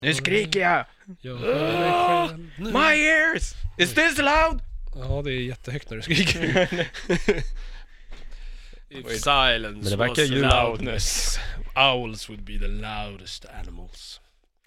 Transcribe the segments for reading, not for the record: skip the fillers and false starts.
Nu skriker jag! Jag hör mig själv nu. My ears! Is this loud? Ja, det är jättehögt när du skriker. If silence Men det verkar was ju loudness, owls would be the loudest animals.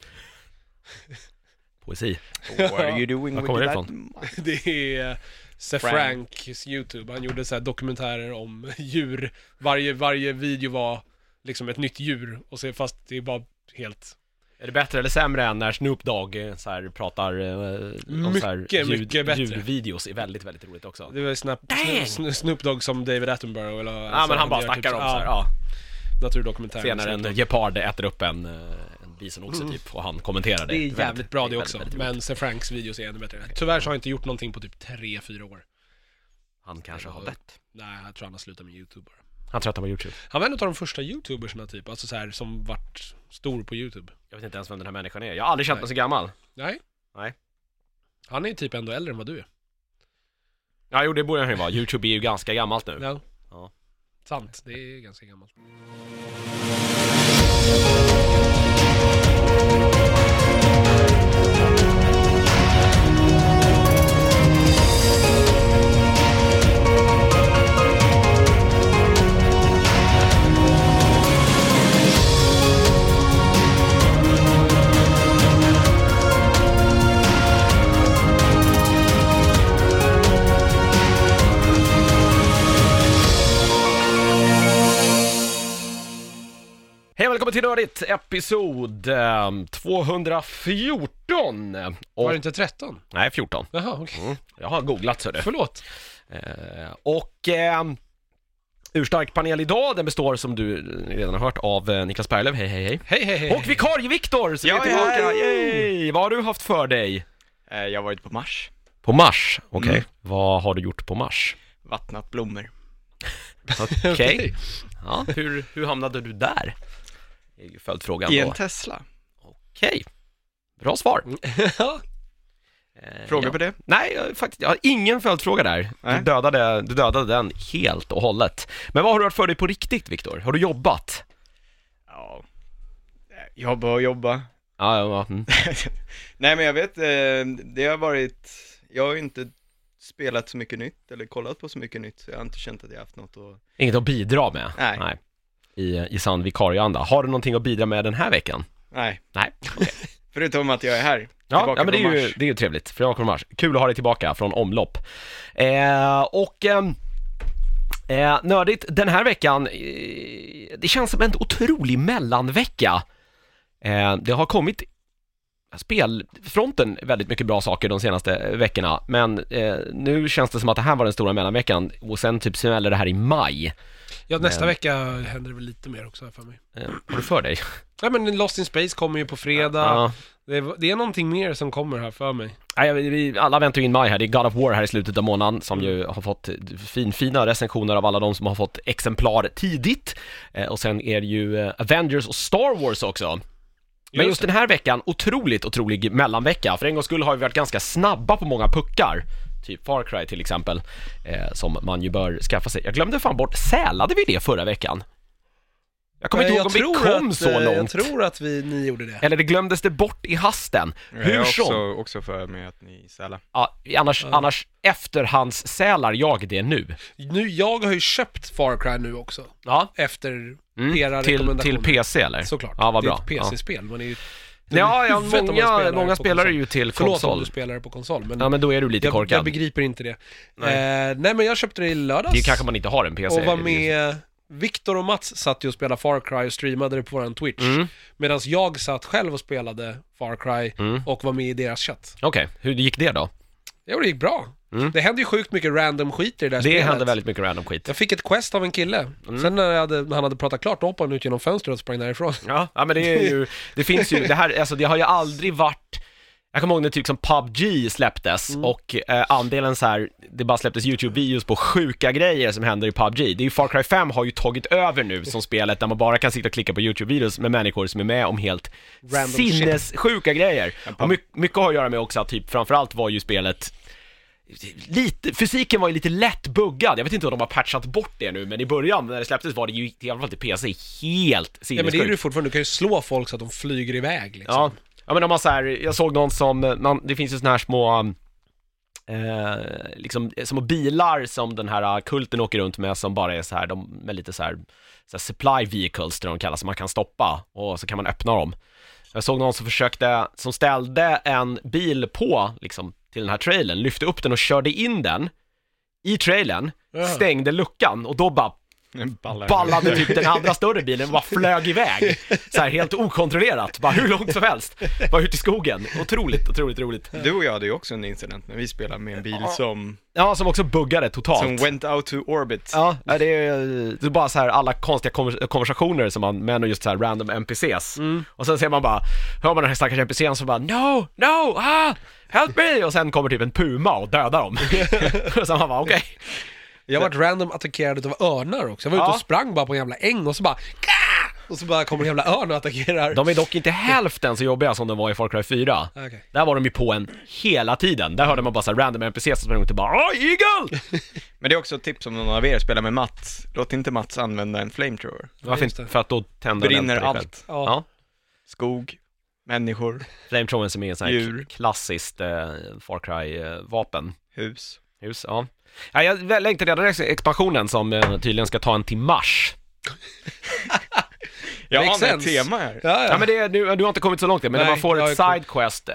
Poesi. What are you doing Var with kommer det that? ifrån? Det är Franks YouTube. Han gjorde så här dokumentärer om djur. Varje video var liksom ett nytt djur. Och så fast det är bara helt... Är det bättre eller sämre än när Snoop Dogg så här pratar om så här mycket bättre. ljudvideos? Är väldigt, väldigt roligt också. Det var Snoop Dogg som David Attenborough eller, Ja, alltså, men han bara gör snackar typ, om så här, ja. naturdokumentär. Senare en gepard äter upp en bison också typ, och han kommenterar det. Det är jävligt bra det också. väldigt Men roligt. Sir Franks videos är ännu bättre. Tyvärr så har han inte gjort någonting på typ 3-4 år. Han kanske har dött. Nej, jag tror han har slutat med YouTube bara. Han tröttnar på YouTube. Han var en av de första YouTubersna typ, alltså så här, som vart stor på YouTube. Jag vet inte ens vem den här människan är. Jag har aldrig känt mig så gammal. Nej. Han är ju typ ändå äldre än vad du är. Ja, jo, det borde han ju vara. YouTube är ju ganska gammalt nu. Ja. Ja. Sant, det är ganska gammalt. Hej, välkommen till Nördigt, episod 214. Var det inte 13? Nej, 14. Jaha, okej. Jag har googlat så det. Förlåt. Urstark panel idag, den består som du redan har hört av Niklas Berglöf, hej. Hej. Och vikarie Viktor, som är Ja, tillbaka. hej. Yay. Vad har du haft för dig? Jag har varit på Mars. På Mars, okej. Mm. Vad har du gjort på Mars? Vattnat blommor. Okej. Ja, hur hamnade du där? Det är ju följdfrågan I då. en Tesla. Okej. Bra svar. Fråga på det? Nej, jag har ingen följdfråga där. Nej. Du dödade den helt och hållet. Men vad har du varit för dig på riktigt, Viktor? Har du jobbat? Ja. Jobba. Ja. Nej, men jag vet, det har varit... Jag har ju inte spelat så mycket nytt eller kollat på så mycket nytt, så jag har inte känt att jag haft något att... Inget att bidra med? Nej. I sann vikarieanda. Har du någonting att bidra med den här veckan? Nej. Okay. Förutom att jag är här. Ja, men det från är, ju, Mars. det är ju trevligt. För jag kommer Mars. Kul att ha dig tillbaka från omlopp. Nördigt, den här veckan, det känns som en otrolig mellanvecka. Det har kommit spelfronten väldigt mycket bra saker de senaste veckorna. Men nu känns det som att det här var den stora mellanveckan. Och sen typ smäller det här i maj. Ja, nästa vecka händer det väl lite mer också här för mig. Har du för dig? Nej, men Lost in Space kommer ju på fredag. Ja. Det är någonting mer som kommer här för mig. Nej, vi alla väntar ju in maj här. Det är God of War här i slutet av månaden som ju har fått fina recensioner av alla de som har fått exemplar tidigt. Och sen är det ju Avengers och Star Wars också. Men just den här veckan, otrolig mellanvecka. För en gång skulle har vi varit ganska snabba på många puckar. Typ Far Cry till exempel, som man ju bör skaffa sig. Jag glömde fan bort, sälade vi det förra veckan? Jag kommer inte ihåg om vi kom så långt. Jag tror att ni gjorde det. Eller det glömdes det bort i hasten. Hur som? Också för mig att ni sälar. Ja, annars efterhandssälar jag det nu. Jag har ju köpt Far Cry nu också. Ja. Efter era Till rekommendationer. PC eller? Såklart. Ja, vad bra. Det är ett PC-spel. Man är ju... Ja, många på spelar konsol. ju till Förlåt konsol. om du spelar på konsol, men Ja, men då är du lite korkad. jag begriper inte det. Nej. Nej, men jag köpte det i lördags. Det kanske man inte har en PC. Och var med... Viktor och Mats satt ju och spelade Far Cry och streamade det på våran Twitch. Medan jag satt själv och spelade Far Cry och var med i deras chatt. Okej, hur gick det då? Ja, det gick bra. Det hände ju sjukt mycket random skit i det där Det spelet. hände väldigt mycket random skit. Jag fick ett quest av en kille. Sen när han hade pratat klart, då hoppade han ut genom fönstret och sprang därifrån. Ja, men det är ju... Det finns ju... Det här, alltså det har ju aldrig varit... Jag kommer ihåg när typ som PUBG släpptes och andelen så här, det bara släpptes YouTube-videos på sjuka grejer som händer i PUBG. Det är ju Far Cry 5 har ju tagit över nu som spelet där man bara kan sitta och klicka på YouTube-videos med människor som är med om helt Random sinnessjuka grejer. Och mycket har att göra med också att typ framförallt var ju spelet fysiken var ju lite lätt buggad. Jag vet inte om de har patchat bort det nu, men i början när det släpptes var det ju i alla fall till PC helt sinnessjukt. Ja, men det är ju fortfarande, du kan ju slå folk så att de flyger iväg liksom. Ja. Ja, men om man så här, jag såg någon som, det finns ju såna här små liksom små bilar som den här kulten åker runt med, som bara är så här, de med lite så här supply vehicles där de kallas, som man kan stoppa och så kan man öppna dem. Jag såg någon som ställde en bil på liksom till den här trailern, lyfte upp den och körde in den i trailern, stängde luckan och då bara ballade typ den andra större bilen och bara flög iväg så här helt okontrollerat, bara hur långt som helst, bara ut i skogen. Otroligt roligt. Du och jag hade ju också en incident när vi spelade med en bil som också buggade totalt. Som went out to orbit. Ja, det är bara så här alla konstiga konversationer som man med just så här random NPCs. Och sen ser man bara, hör man den här stackars NPCen som bara no, help me, och sen kommer typ en puma och dödar dem. Och så man bara okej. Jag har varit random attackerad av örnar också. Jag var ute och sprang bara på en jävla äng och så bara och så bara kommer en jävla örn och attackerar. De är dock inte hälften så jobbiga som de var i Far Cry 4. Okay. Där var de ju på en hela tiden. Där hörde man bara så här random NPCs som sprang ut och bara Eagle! Men det är också ett tips om någon av er spelar med Mats. Låt inte Mats använda en flamethrower. Varför inte? För att då tänder brinner allt. Ja. Skog, människor, flamethrowern som är en sån här klassiskt Far Cry-vapen. Hus, ja. Ja, jag längtar redan efter expansionen som tydligen ska ta en till mars. Jag har ett tema här. Ja, men du har inte kommit så långt än, men när man får ett sidequest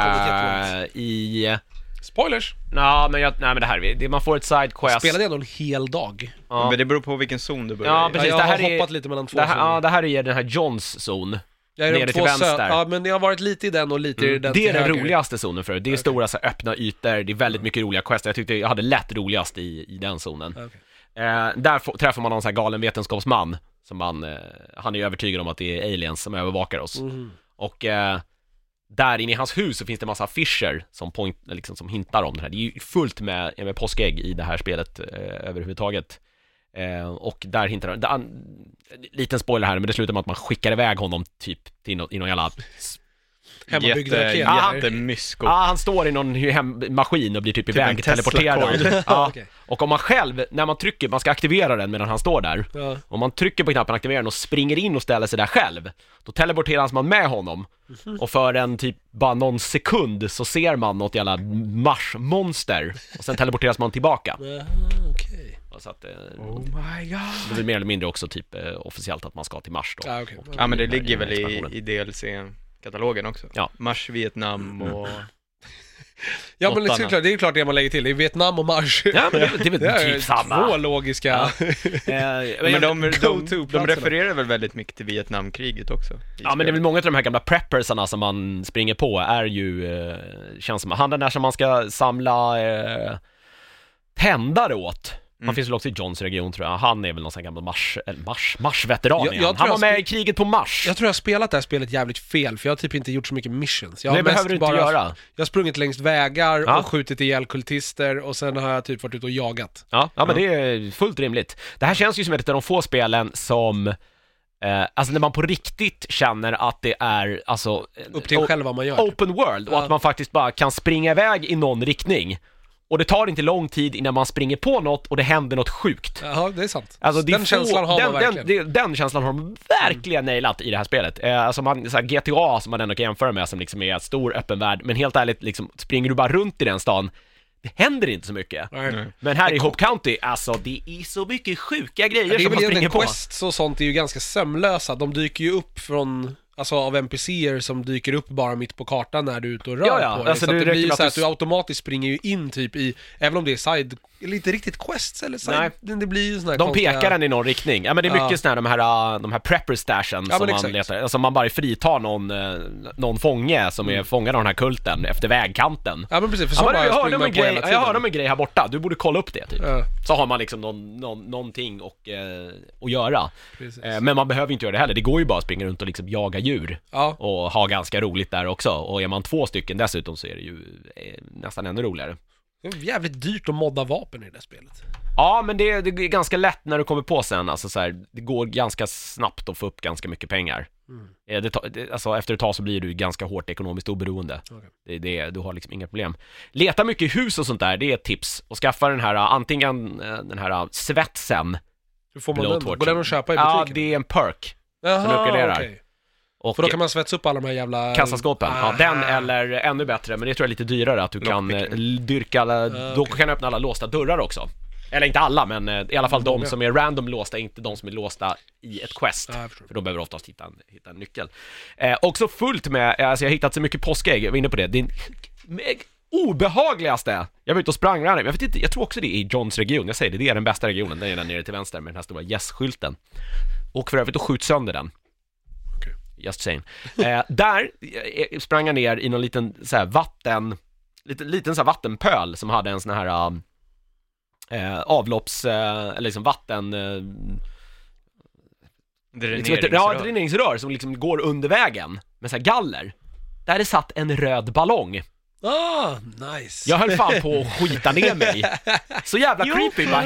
i... Spoilers! Nej, men det här, man får ett sidequest. Spelade jag en hel dag? Ja. Men det beror på vilken zon du börjar. Ja, precis. Jag har hoppat lite mellan två zoner. Ja, det här är den här Johns zon. Jag är nere till vänster. Ja, men jag har varit lite i den och lite i den. Det är den roligaste zonen för. Det är stora så öppna ytor, det är väldigt mycket roliga quests. Jag tyckte jag hade lätt roligast i den zonen. Där träffar man någon så här galen vetenskapsman som han är övertygad om att det är aliens som övervakar oss. Och där inne i hans hus så finns det en massa affischer som hintar om det här. Det är ju fullt med påskägg i det här spelet överhuvudtaget. Och där hintar liten spoiler här, men det slutar med att man skickar iväg honom typ till någon jävla hemmabyggd raket. Jättemysko. Ja, han står i någon maskin och blir typ iväg teleporterad. Ja. Okay. Och om man själv, när man trycker, man ska aktivera den medan han står där. Ja. Om man trycker på knappen aktivera den och springer in och ställer sig där själv, då teleporteras man med honom. Och för en typ bara någon sekund så ser man något jävla marsmonster och sen teleporteras man tillbaka. Okej. Så att, oh my god. Det blir mer eller mindre också typ officiellt att man ska till Mars då. Okay. Ja, men det ligger väl i DLC-katalogen också. Ja. Mars, Vietnam och... Ja, men det är ju klart det man lägger till. Det är Vietnam och Mars. Ja, men det är typ samma. Två logiska. Men de refererar väl väldigt mycket till Vietnamkriget också. Ja, men det är väl många av de här gamla preppersarna som man springer på är ju, känns som han den där som man ska samla tändare åt. Han finns väl också i Johns region, tror jag. Han är väl någon sån gammal Mars-veteran. Han var med i kriget på Mars. Jag tror jag har spelat det här spelet jävligt fel, för jag har typ inte gjort så mycket missions. Det behöver du inte göra. Jag har sprungit längs vägar och skjutit ihjäl kultister, och sen har jag typ varit ute och jagat. Ja, men det är fullt rimligt. Det här känns ju som ett av de få spelen som... alltså när man på riktigt känner att det är alltså, upp till själv vad man gör. Open world, och att man faktiskt bara kan springa iväg i någon riktning. Och det tar inte lång tid innan man springer på något och det händer något sjukt. Ja, det är sant. Alltså, den känslan har man verkligen. Den känslan har man verkligen nailat i det här spelet. Alltså så här, GTA som man ändå kan jämföra med, som liksom är en stor öppen värld. Men helt ärligt, liksom, springer du bara runt i den stan, det händer inte så mycket. Men här i Hope County, alltså det är så mycket sjuka grejer som man springer på. Quests och sånt är ju ganska sömlösa. De dyker ju upp från... Alltså av NPCer som dyker upp bara mitt på kartan när du är ute och rör på dig. Alltså så det blir så att du automatiskt springer ju in typ i, även om det är side, eller inte riktigt quests eller side. Nej. Det blir ju sån här de pekar den i någon riktning. Ja, men det är mycket sån här, de här prepper stashen som man letar. Alltså man bara fritar någon fånge som är fångad av den här kulten efter vägkanten. Ja, men precis, för så bara jag hörde om en grej här borta. Du borde kolla upp det typ. Så har man liksom någonting att göra. Men man behöver inte göra det heller. Det går ju bara att springa runt och liksom jaga djur och ha ganska roligt där också. Och är man 2 stycken dessutom så är det ju nästan ännu roligare. Det är jävligt dyrt att modda vapen i det spelet. Ja, men det är ganska lätt när du kommer på sen. Alltså så här, det går ganska snabbt att få upp ganska mycket pengar. Alltså efter ett tag så blir du ganska hårt ekonomiskt oberoende. Du har liksom inga problem. Leta mycket hus och sånt där, det är ett tips. Och skaffa den här, antingen den här svetsen. Hur får man den? Går den att köpa i butiken? Ja, det är en perk. Jaha, okej. Och För då kan man svetsa upp alla de här jävla... kassaskåpen, ja, den eller ännu bättre, men det tror jag är lite dyrare att du kan dyrka alla, då kan du öppna alla låsta dörrar också. Eller inte alla, men i alla fall de som är random låsta, inte de som är låsta i ett quest. För då behöver du oftast hitta en nyckel. Också fullt med, alltså jag har hittat så mycket påskägg, jag var inne på det. Det är obehagligaste. Jag var ute och sprang där. Jag vet inte, jag tror också det är i Johns region. Jag säger det är den bästa regionen. Den är där nere till vänster med den här stora yes-skylten. Och för övrigt att skjut sönder den. Okay. Just saying. Där sprang jag ner i någon liten så här liten så här vattenpöl som hade en sån här avlopps eller liksom vatten dräneringsrör som liksom går under vägen med så här galler. Där är satt en röd ballong. Nice. Jag höll fan på att skita ner mig. Så jävla creepy, bara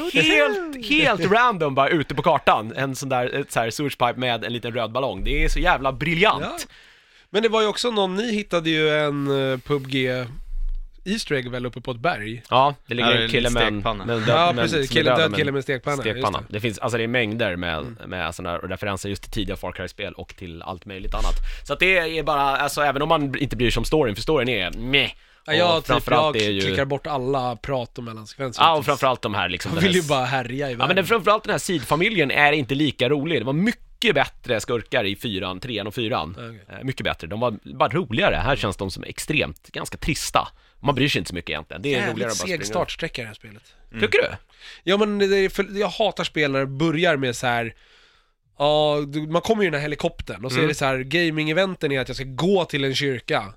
helt random bara ute på kartan. En sån där, ett så här surgepipe med en liten röd ballong. Det är så jävla briljant. Ja. Men det var ju också ni hittade ju en PUBG Easter egg väl uppe på ett berg. Ja, det ligger en kille med precis, död kille med stekpanna. Det finns, alltså det är mängder med sådana referenser just till tidiga Far Cry-spel och till allt möjligt annat. Så att det är bara, alltså även om man inte bryr sig om storyn, för storyn är meh. Jag klickar bort alla prat och mellansekvenser. Ja, och framförallt de här liksom. Man vill ju bara härja i världen. Men framförallt den här sidfamiljen är inte lika rolig. Det var mycket bättre skurkar i 3:an och 4:an. Okay. Mycket bättre. De var bara roligare. Här känns de som extremt, ganska trista. Man bryr sig inte så mycket egentligen. Det är roligare att bara seg startsträcka i det här spelet. Tycker du? Ja, men jag hatar spel när det börjar med så här. Ja, man kommer ju i den här helikoptern och så är det så här, gaming-eventen är att jag ska gå till en kyrka.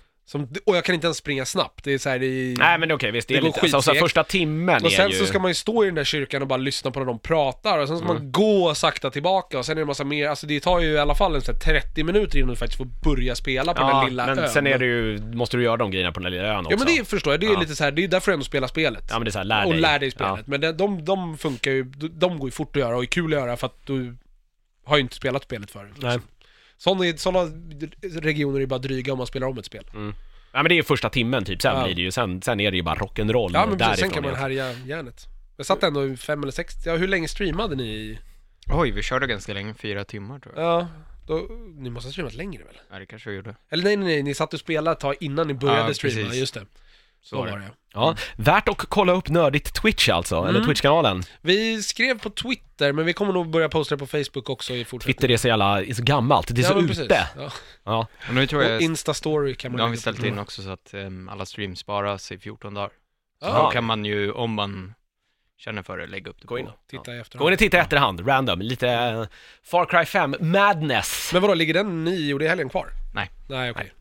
Och jag kan inte ens springa snabbt. Det är så här, nej, men okej, visst, det är lite, alltså, första timmen och sen är så ska man ju stå i den där kyrkan och bara lyssna på när de pratar. Och sen ska man gå sakta tillbaka. Och sen är det en massa mer, alltså det tar ju i alla fall en så här 30 minuter innan du faktiskt får börja spela på den där lilla men ön. Sen är det ju, måste du göra de grejerna på den där lilla ön också. Ja, men det förstår jag, det är lite så här, det är därför jag ändå spelar spelet. Ja, men det är så här, lär dig spelet. Men de funkar ju, de går ju fort att göra och är kul att göra för att du har ju inte spelat spelet förut. Nej. Sådana regioner är bara dryga om man spelar om ett spel. Ja, men det är första timmen typ, sen blir det ju, sen är det ju bara rock'n'roll. Ja, men precis, sen kan man härja järnet. Jag satt ändå 5 eller 6, hur länge streamade ni? Oj, vi körde ganska länge, 4 timmar tror jag. Ja, ni måste ha streamat längre väl? Ja, det kanske vi gjorde. Eller nej, ni satt och spelade ett tag innan ni började streama, precis. just det. Så var det. Ja, värt att kolla upp nördigt Twitch alltså, eller Twitch-kanalen. Vi skrev på Twitter, men vi kommer nog börja posta det på Facebook också i fortsättningen. Twitter är så gammalt, det är så ute. Ja. Och nu tror jag och Insta-story kan man... Nu har vi ställt in också så att alla streams sparas i 14 dagar. Så då kan man ju, om man känner för det, lägga upp det. Gå in och titta i efterhand. Gå in och titta i efterhand, random, lite Far Cry 5 madness. Men vadå, ligger den ni och det är helgen kvar? Nej. Nej, okej.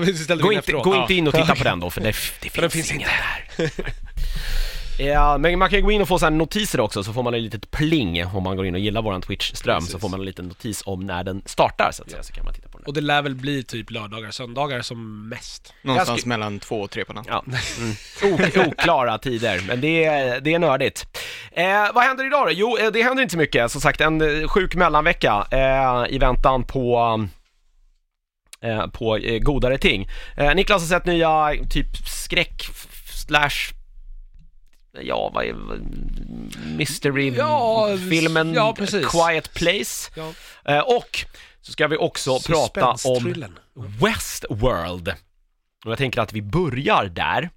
Gå inte in och titta på den då, för det finns ingen där. Ja, men man kan gå in och få så här notiser också, så får man en litet pling om man går in och gillar våran Twitch-ström. Så får man en liten notis om när den startar, så att säga, så kan man titta på den. Och det lär väl bli typ lördagar, söndagar som mest. Någonstans mellan 2 och 3 på natten. Ja. Oklara tider, men det är nördigt. Vad händer idag då? Jo, det händer inte så mycket. Som sagt, en sjuk mellanvecka i väntan på godare ting. Niklas har sett nya typ skräck / vad är mystery-filmen Quiet Place. Och så ska vi också prata om Westworld. Och jag tänker att vi börjar där.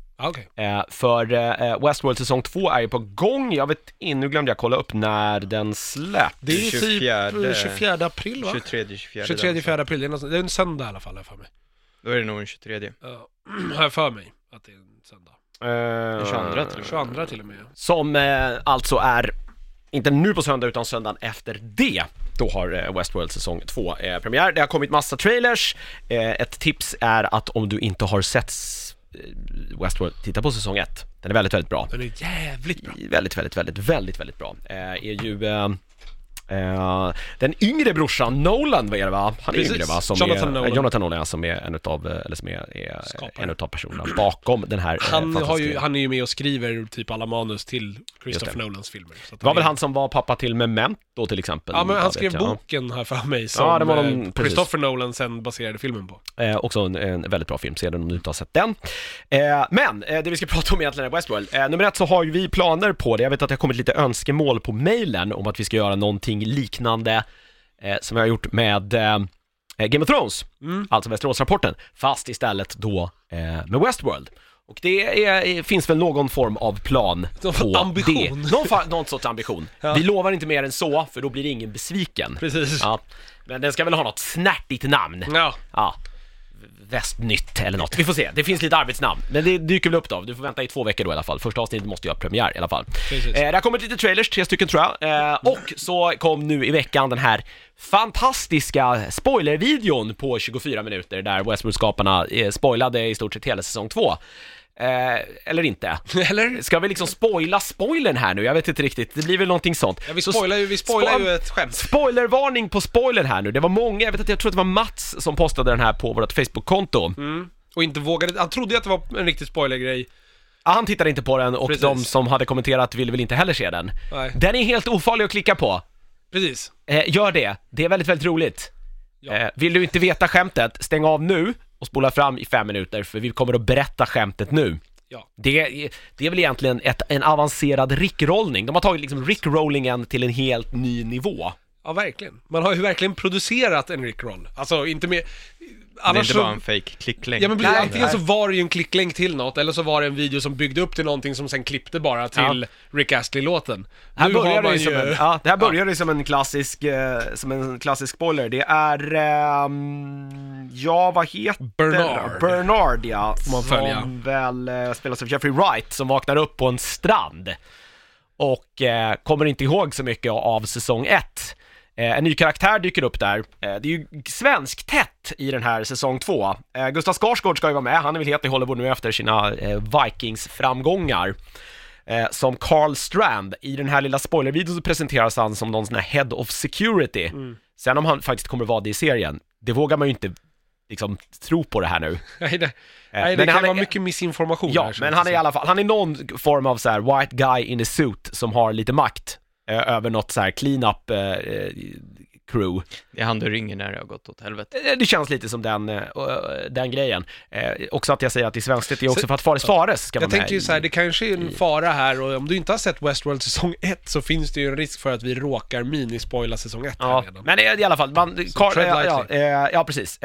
För Westworld säsong 2 är ju på gång. Jag vet inte, nu glömde jag kolla upp när den släpps. Det är ju typ 24 april, va? 23-24 april, det är en söndag i alla fall, för mig. Då är det nog en 23. Har jag för mig att det är en söndag. 22 till och med. Som alltså är inte nu på söndag utan söndagen efter det. Då har Westworld säsong 2 premiär. Det har kommit massa trailers. Ett tips är att om du inte har sett Westworld, titta på säsong 1. Den är väldigt, väldigt bra. Den är jävligt bra. Väldigt bra. Är ju den yngre brorsan Nolan, vad är det, va? Han är yngre, va? Som Jonathan Nolan, som är en utav personerna bakom den här. Han är ju med och skriver typ alla manus till Christopher Nolans filmer. Så det var väl han som var pappa till Memento till exempel. Ja, men han skrev boken här för mig som det var Christopher Nolan sen baserade filmen på. Också en väldigt bra film, ser den om du inte har sett den. Men det vi ska prata om egentligen är Westworld. Nummer 1 så har ju vi planer på det. Jag vet att det har kommit lite önskemål på mailen om att vi ska göra någonting liknande som jag har gjort med Game of Thrones, alltså Västeråsrapporten, fast istället då med Westworld. Och det finns väl någon form av plan på ambition. det. Någon sorts ambition. Ja. Vi lovar inte mer än så, för då blir ingen besviken. Precis. Ja. Men den ska väl ha något snärtigt namn. Ja. Västnytt eller något. Vi får se. Det finns lite arbetsnamn. Men det dyker väl upp då. Du får vänta i 2 veckor då i alla fall. Första avsnittet måste ju ha premiär i alla fall. Det har kommit lite trailers, 3 stycken tror jag. Och så kom nu i veckan den här fantastiska spoilervideon på 24 minuter där Westworld-skaparna spoilade i stort sett hela säsong 2. Eller inte. Eller? Ska vi liksom spoilern här nu? Jag vet inte riktigt. Det blir väl någonting sånt. Ja, vi spoilar ju ett skämt. Spoilervarning på spoilern här nu. Det var många, jag tror att det var Mats som postade den här på vårt Facebook-konto. Och inte vågade, han trodde att det var en riktig spoilergrej. Ja, han tittade inte på den och Precis. de som hade kommenterat ville väl inte heller se den. Nej. Den är helt ofarlig att klicka på. Precis. Gör det. Det är väldigt, väldigt roligt. Ja. Vill du inte veta skämtet, stäng av nu och spola fram i 5 minuter, för vi kommer att berätta skämtet nu. Ja. Det är väl egentligen en avancerad rickrollning. De har tagit liksom rickrollingen till en helt ny nivå. Ja, verkligen. Man har ju verkligen producerat en rickroll. Alltså, inte mer... Annars det är inte bara en fake klicklänk. Ja, men antingen så var det ju en klicklänk till något, eller så var det en video som byggde upp till någonting som sen klippte bara till Rick Astley-låten. Här börjar det ju... det här börjar som en klassisk spoiler. Det är... vad heter Bernard, ja. Som väl spelas av Jeffrey Wright, som vaknar upp på en strand. Och kommer inte ihåg så mycket av säsong 1. En ny karaktär dyker upp där. Det är ju svensk-tätt i den här säsong 2. Gustav Skarsgård ska ju vara med. Han är väl het i Hollywood nu efter sina Vikings-framgångar. Som Carl Strand. I den här lilla spoilervideon så presenteras han som någon sån här head of security. Sen om han faktiskt kommer vara det i serien, det vågar man ju inte liksom tro på det här nu. Nej, det kan vara mycket missinformation. Ja, här, men han är i alla fall, han är någon form av så här white guy in a suit som har lite makt över något så här clean-up crew. Det är han du ringer när det har gått åt helvete. Det känns lite som den grejen. Också att jag säger att det är svenskt, det är också för att Fares ska vara med. Jag tänker ju så här, det kanske är en fara här, och om du inte har sett Westworld säsong 1 så finns det ju en risk för att vi råkar minispoila säsong 1 här redan. Men i alla fall, ja, precis.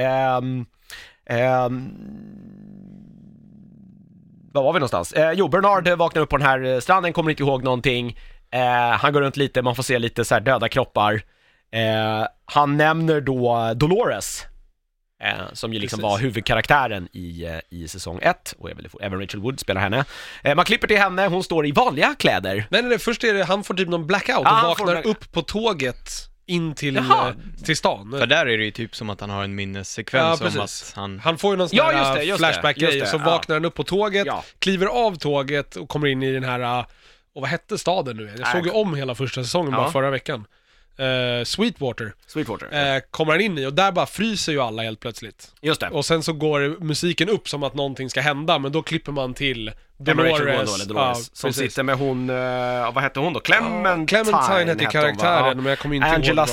Var var vi någonstans? Bernard vaknar upp på den här stranden, kommer inte ihåg någonting. Han går runt lite, man får se lite så här döda kroppar. Han nämner då Dolores, som ju liksom var huvudkaraktären i säsong 1, och även Rachel Wood spelar henne. Man klipper till henne, hon står i vanliga kläder. Nej, först är det, han får typ någon blackout och vaknar upp på tåget in till stan. För där är det ju typ som att han har en minnessekvens om att han får ju någon sån här flashback-grej, så vaknar han upp på tåget, kliver av tåget och kommer in i den här, och vad hette staden nu? Jag såg ju om hela första säsongen bara förra veckan. Sweetwater. Kommer han in i, och där bara fryser ju alla helt plötsligt. Just det. Och sen så går musiken upp som att någonting ska hända, men då klipper man till Dolores, som sitter med hon, vad hette hon då? Clementine hette karaktären, men jag kommer inte Angela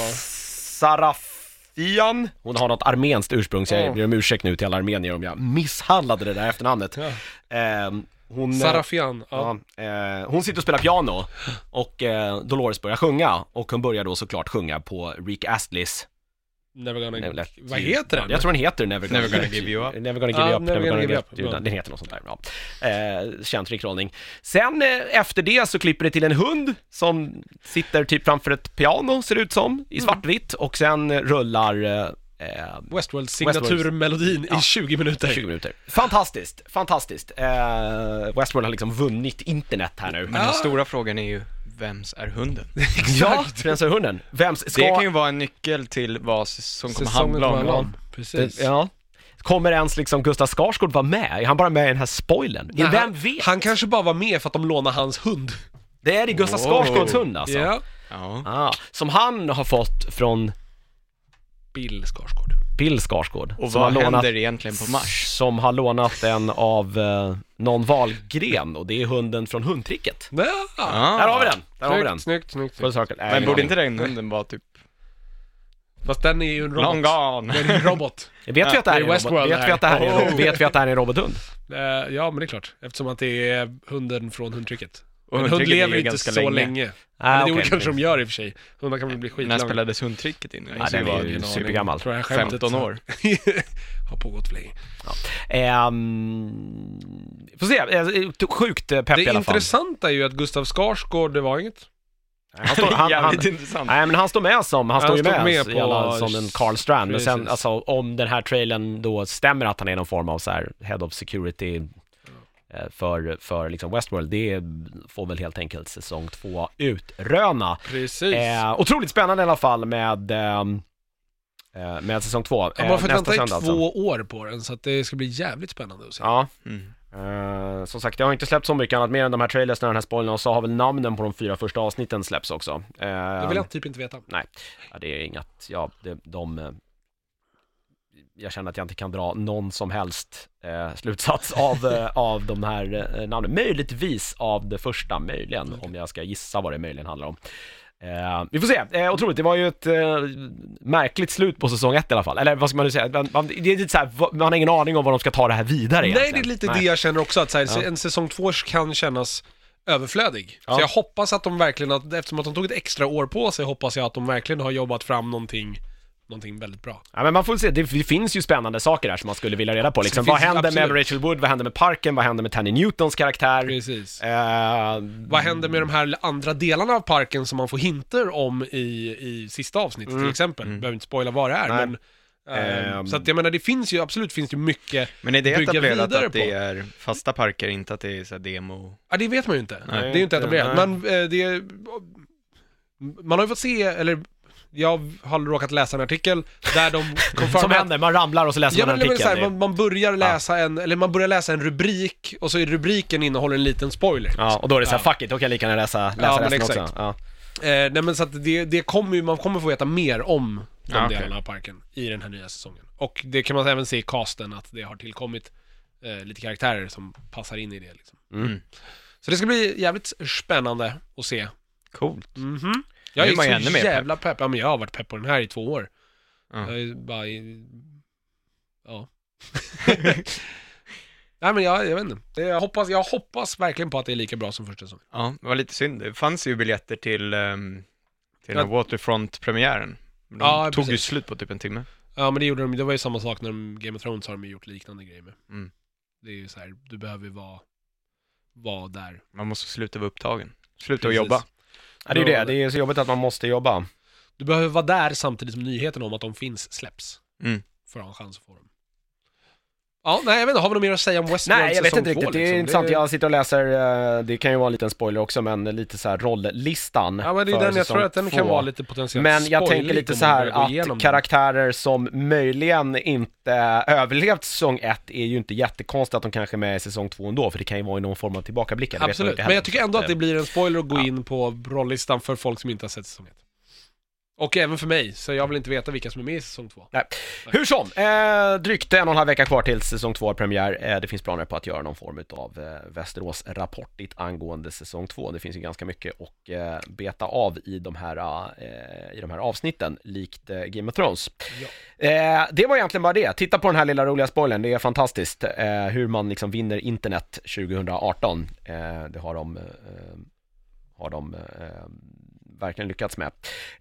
Sarafian. Hon har något armenskt ursprung, så jag ber om ursäkt nu till alla armenier om jag misshandlade det där efternamnet. Sarafian. Hon sitter och spelar piano, och Dolores börjar sjunga, och hon börjar då såklart sjunga på Rick Astleys vad heter den? Jag tror den heter Never Gonna Give You Up. Never Gonna Give You Up. Never Gonna Give Up. Den heter något sånt där. Känt rickrollning. Sen efter det så klipper det till en hund som sitter typ framför ett piano, ser det ut som, i svartvitt, och sen rullar Westworld signaturmelodin i 20 minuter. Fantastiskt. Westworld har liksom vunnit internet här nu. Men den stora frågan är ju, vems är hunden? Exakt, vems är hunden? Det kan ju vara en nyckel till vad som kommer handla om. Precis. Kommer ens liksom Gustav Skarsgård vara med? Är han bara med i den här spoilern? Nej, vem vet? Han kanske bara var med för att de lånar hans hund. Det är Gustav Skarsgårds hund alltså. Som han har fått från Bill Skarsgård. Och vad händer egentligen på Mars? Som har lånat den av någon Wahlgren, och det är hunden från hundtricket. Där har vi den. Snyggt. Men borde inte den hunden vara typ... Fast den är ju en robot. Long gone. Det är en robot. Vet vi att det här är en robothund? Ja, men det är klart. Eftersom att det är hunden från hundtricket. Och En hund lever inte så länge. Men det okej. kanske de gör i och för sig. Hundar kan väl bli När skitlånga. spelades hundtricket in? Ja, den är ju supergammal. 15 år. Har pågått för länge. Får se, sjukt pepp Det i alla fall. intressanta är ju att Gustav Skarsgård, det var inget. Han står, Jävligt intressant. Nej, men han står med som, han står ju med, med i alla, på- som en Carl Strand. Men sen, Precis. alltså, om den här trailern då stämmer att han är någon form av så här head of security för liksom Westworld, det får väl helt enkelt säsong 2 utröna. Precis. Otroligt spännande i alla fall med säsong 2. Man får vänta i 2 alltså. år på den, så att det ska bli jävligt spännande att se. Ja. Mm. Som sagt, jag har inte släppt så mycket annat mer än de här trailers, den här spoilern, och så har väl namnen på de 4 första avsnitten släpps också. Det vill jag typ inte veta. Nej, det är inget, jag känner att jag inte kan dra någon som helst slutsats av de här namnen. Möjligtvis av det första, möjligen, om jag ska gissa vad det möjligen handlar om. Vi får se, otroligt, det var ju ett märkligt slut på säsong 1 i alla fall. Eller vad ska man nu säga, det är lite så här, man har ingen aning om vad de ska ta det här vidare egentligen. Nej, det är lite det jag känner också, att så här, en säsong 2 kan kännas överflödig. Ja. Så jag hoppas att de verkligen, eftersom att de tog ett extra år på sig, hoppas jag att de verkligen har jobbat fram någonting väldigt bra. Ja, men man får se, det finns ju spännande saker där som man skulle vilja reda på. Liksom, Det vad finns- händer med absolut. Rachel Wood, vad händer med parken, vad händer med Tandy Newtons karaktär? Precis. Vad Vad händer med de här andra delarna av parken som man får hinter om i sista avsnittet till exempel? Behöver inte spoila vad det är, Nej. men så att jag menar, det finns ju mycket. Men är det Bygga etablerat vidare att det på. är fasta parker, inte att det är så här demo? Ja, det vet man ju inte. Nej. Det är ju inte etablerat. Nej. Men man har ju fått se, eller jag har råkat läsa en artikel där de som händer, man ramlar och så läser Ja, man men en det är så artikel. här, man börjar läsa man börjar läsa en rubrik, och så i rubriken innehåller en liten spoiler. Ja, och då är det så här, fuck it, då kan jag lika gärna läsa Ja, men resten exakt. också. Ja. Nej, men så att det kommer ju, man kommer få veta mer om de Ja, okej. delarna av parken i den här nya säsongen. Och det kan man även se i casten, att det har tillkommit lite karaktärer som passar in i det liksom. Mm. Så det ska bli jävligt spännande att se. Coolt. Mhm. Jag Nu är man ju är ännu så mer jävla pepp. Ja, men jag har varit pepp på den här i 2 år. Ja. Jag är bara ja. Nej, men jag vet inte. Jag hoppas verkligen på att det är lika bra som första säsongen. Ja, det var lite synd. Det fanns ju biljetter till den här Waterfront-premiären. De Ja, tog ju precis. slut på typ en timme. Ja, men det gjorde de. Det var ju samma sak när Game of Thrones har de gjort liknande grejer med. Mm. Det är ju så här, du behöver ju vara där. Man måste sluta vara upptagen. Sluta att Precis. jobba. Ja, det är ju det, det är så jobbigt att man måste jobba. Du behöver vara där samtidigt som nyheten om att de finns släpps. Mm. För att ha en chans att få dem. Ja, nej, jag vet inte, har vi något mer att säga om Westworld Nej, jag vet säsong inte 2, riktigt, det är liksom? intressant, jag sitter och läser, det kan ju vara en liten spoiler också, men lite så här rolllistan. Ja, men det är för den, jag säsong tror att den 2. kan vara lite potentiellt Men jag spoilig tänker lite om så man här börjar gå igenom att den. karaktärer som möjligen inte överlevt säsong 1 är ju inte jättekonstigt att de kanske är med i säsong 2 ändå, för det kan ju vara i någon form av tillbakablickar. Absolut, men jag tycker ändå att det blir en spoiler att gå in på rolllistan för folk som inte har sett säsong 1. Och även för mig, så jag vill inte veta vilka som är med i säsong 2. Nej. Hur som, drygt 1,5 vecka kvar till säsong 2 premiär. Det finns planer på att göra någon form av Västerås-rapportigt angående säsong 2. Det finns ju ganska mycket att beta av i de här avsnitten, likt Game of Thrones. Ja. Det var egentligen bara det. Titta på den här lilla roliga spoilern, det är fantastiskt hur man liksom vinner internet 2018. Det har de verkligen lyckats med.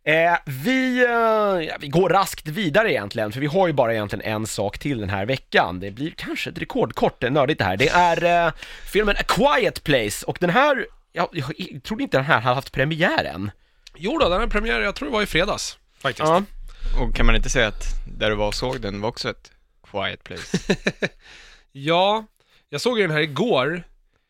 Vi går raskt vidare egentligen, för vi har ju bara egentligen en sak till den här veckan. Det blir kanske ett rekordkort nördigt det här. Det är filmen A Quiet Place, och den här, jag trodde inte den här hade haft premiär än. Jo då, den här premiär, jag tror det var i fredags faktiskt. Ja. Och kan man inte säga att där du var och såg den var också ett quiet place? Ja, jag såg ju den här igår,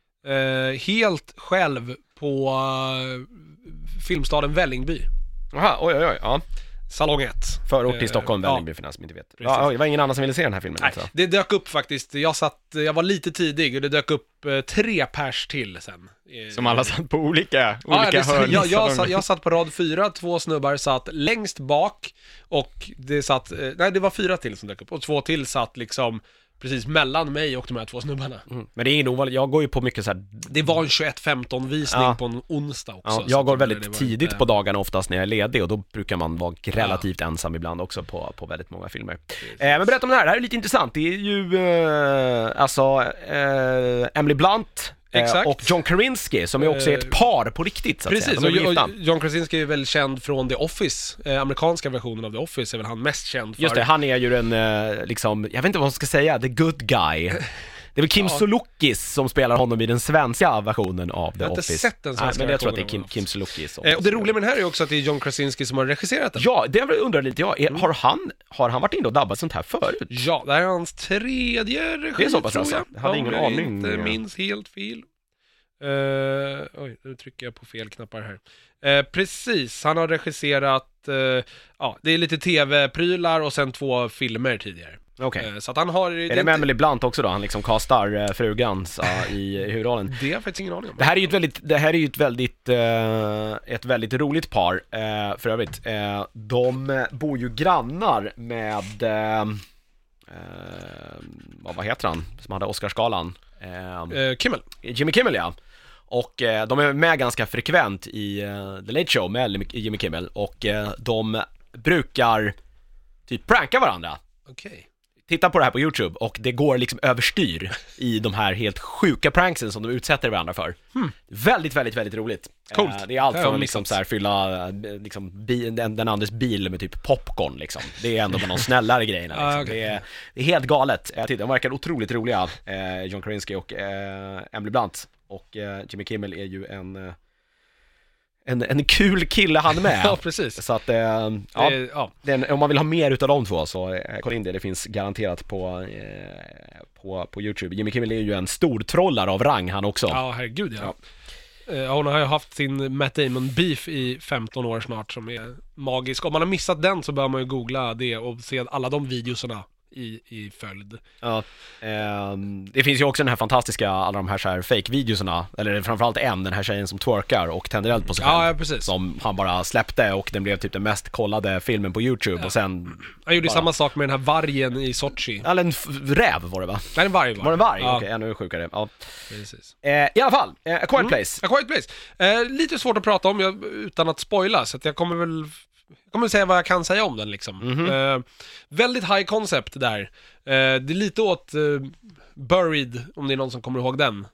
helt själv på filmstaden Vällingby, Aha, oj, ja. salong 1. Förort till Stockholm, ja. Vällingby för den som inte vet. Precis. Ja, det var ingen annan som ville se den här filmen Nej, alltså. det dök upp faktiskt, jag var lite tidig och det dök upp 3 pers till sen. Som alla satt på olika Ja, hörn. jag satt på rad 4, 2 snubbar satt längst bak, och det var 4 till som dök upp, och 2 till satt liksom precis mellan mig och de här 2 snubbarna. Men det är ingen ovanligt, jag går ju på mycket så här. Det var en 21:15 visning Ja. på en onsdag också. Ja, så jag går det var väldigt inte- tidigt på dagarna oftast när jag är ledig, och då brukar man vara relativt ensam ibland också på väldigt många filmer. Men berätta om det här är lite intressant. Det är ju Emily Blunt Exakt. Och John Krasinski som är också ett par på riktigt så att precis, säga. och John Krasinski är väl känd från The Office, amerikanska versionen av The Office är väl han mest känd för. Just det, han är ju en, liksom, jag vet inte vad man ska säga, the good guy. Det är väl Kim Sulocki som spelar honom i den svenska versionen av The Office. Jag har inte sett den svenska men jag tror att det är versionen Kim Sulocki. Och det roliga med den här är också att det är John Krasinski som har regisserat den. Ja, det undrar lite jag. Har han varit inne och dabbat sånt här förut? Ja, det här är hans 3:e regi. Det är så pass tror alltså. jag. Jag hade ingen aning. Inte minns helt fel. Oj, nu trycker jag på fel knappar här. Precis, han har regisserat, det är lite tv-prylar och sen 2 filmer tidigare. Okej. Så att han har... Är det med Emily Blunt också då? Han liksom castar frugans i huvudrollen. Det har jag faktiskt ingen aning om. Det här är ju ett väldigt roligt par för övrigt. De bor ju grannar med vad heter han som hade Oscarsgalan? Kimmel. Jimmy Kimmel, ja. Och de är med ganska frekvent i The Late Show med Jimmy Kimmel. Och de brukar typ pranka varandra. Okej. Titta på det här på YouTube och det går liksom överstyr i de här helt sjuka pranksen som de utsätter varandra för. Väldigt, väldigt, väldigt roligt. Coolt. Det är allt från liksom så här, fylla liksom, den andres bil med typ popcorn liksom. Det är ändå de snällare grejerna liksom. Okay. Det är helt galet. De verkar otroligt roliga, John Krasinski och Emily Blunt. Och Jimmy Kimmel är ju en kul kille han med. Ja, precis. Så att, om man vill ha mer utav de två så kolla in det. Det finns garanterat på YouTube. Jimmy Kimmel är ju en stor trollare av rang han också. Ja, herregud ja. Hon har ju haft sin Matt Damon beef i 15 år snart som är magisk. Om man har missat den så bör man ju googla det och se alla de videoserna i följd. Ja, det finns ju också den här fantastiska, alla de här fake-videoserna, eller framförallt den här tjejen som twerkar och tänder eld på sig själv. Ja, precis. Som han bara släppte och den blev typ den mest kollade filmen på YouTube och sen... Han gjorde samma sak med den här vargen i Sochi. Eller en räv var det va? Nej, en varg. Var det en varg? Ja. Okej, ännu sjukare. Ja. Precis. I alla fall, A Quiet Place. A Quiet Place. Lite svårt att prata om utan att spoila, så att jag kommer säga vad jag kan säga om den liksom. Väldigt high concept där. Det är lite åt Buried, om det är någon som kommer ihåg den.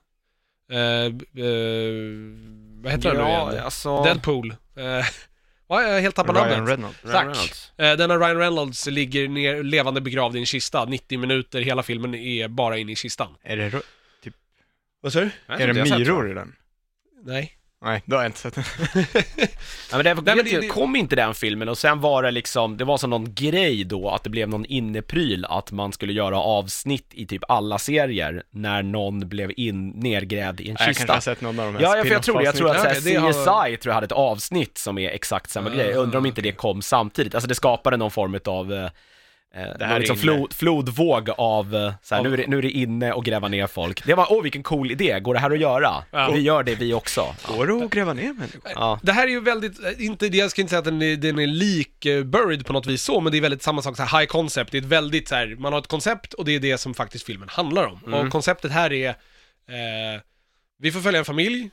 Vad heter den nu igen? Alltså... Deadpool. Jag är helt tappad namnet. Ryan Reynolds. Tack. Denna Ryan Reynolds ligger ner levande begravd i en kista. 90 minuter, hela filmen är bara inne i kistan. Är det typ... Vad sa du? Är det myror i den? Nej. Nej, då har jag inte sett den. Ja, men det kom inte den filmen och sen var det liksom, det var som någon grej då att det blev någon innepryl att man skulle göra avsnitt i typ alla serier när någon blev nergrävd i en kista. Jag kanske har sett någon av de här. Ja, för jag tror att Okay, CSI tror jag hade ett avsnitt som är exakt samma grej. Jag undrar om inte det kom samtidigt. Alltså det skapade någon form av det här liksom flodvåg av så här, nu är det inne och gräva ner folk. Det var, vilken cool idé, går det här att göra? Ja. Vi gör det vi också. Går det att gräva ner människor? Ja. Det här är ju väldigt, jag ska inte säga att den är lik Buried på något vis så, men det är väldigt samma sak, så här, high concept. Det är ett väldigt så här, man har ett koncept och det är det som faktiskt filmen handlar om. Och konceptet här är vi får följa en familj.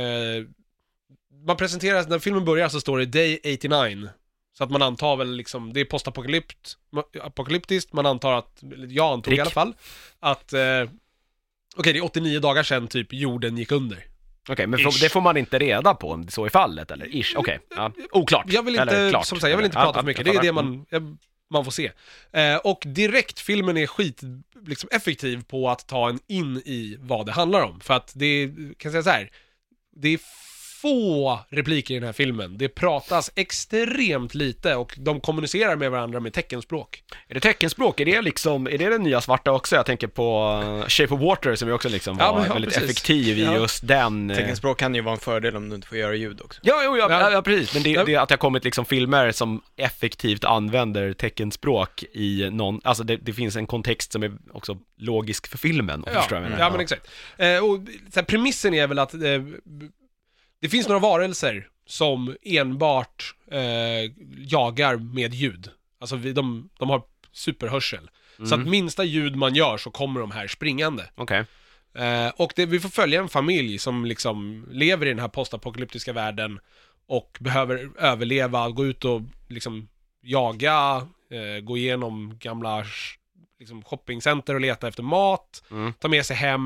Man presenteras, när filmen börjar så står det Day 89. Så att man antar väl liksom, det är postapokalyptiskt, man antar att, jag antog i alla fall, att okej, det är 89 dagar sedan typ jorden gick under. Okej, men det får man inte reda på om så är fallet, eller? Ish, okej. Ja. Oklart. Jag vill inte, klart. Som sagt, jag vill inte prata för mycket, det är det man får se. Och direkt, filmen är liksom effektiv på att ta en in i vad det handlar om. För att det kan jag säga så här, det är få repliker i den här filmen. Det pratas extremt lite och de kommunicerar med varandra med teckenspråk. Är det teckenspråk? Är det den nya svarta också? Jag tänker på Shape of Water som ju också liksom var väldigt effektiv i just den. Teckenspråk kan ju vara en fördel om du inte får göra ljud också. Ja, precis. Men det att det har kommit liksom filmer som effektivt använder teckenspråk i någon, alltså det finns en kontext som är också logisk för filmen. Men exakt. Och så här, premissen är väl att det finns några varelser som enbart jagar med ljud. Alltså de har superhörsel. Så att minsta ljud man gör så kommer de här springande. Okej. Och vi får följa en familj som liksom lever i den här postapokalyptiska världen och behöver överleva, gå ut och liksom jaga, gå igenom gamla liksom shoppingcenter och leta efter mat, ta med sig hem.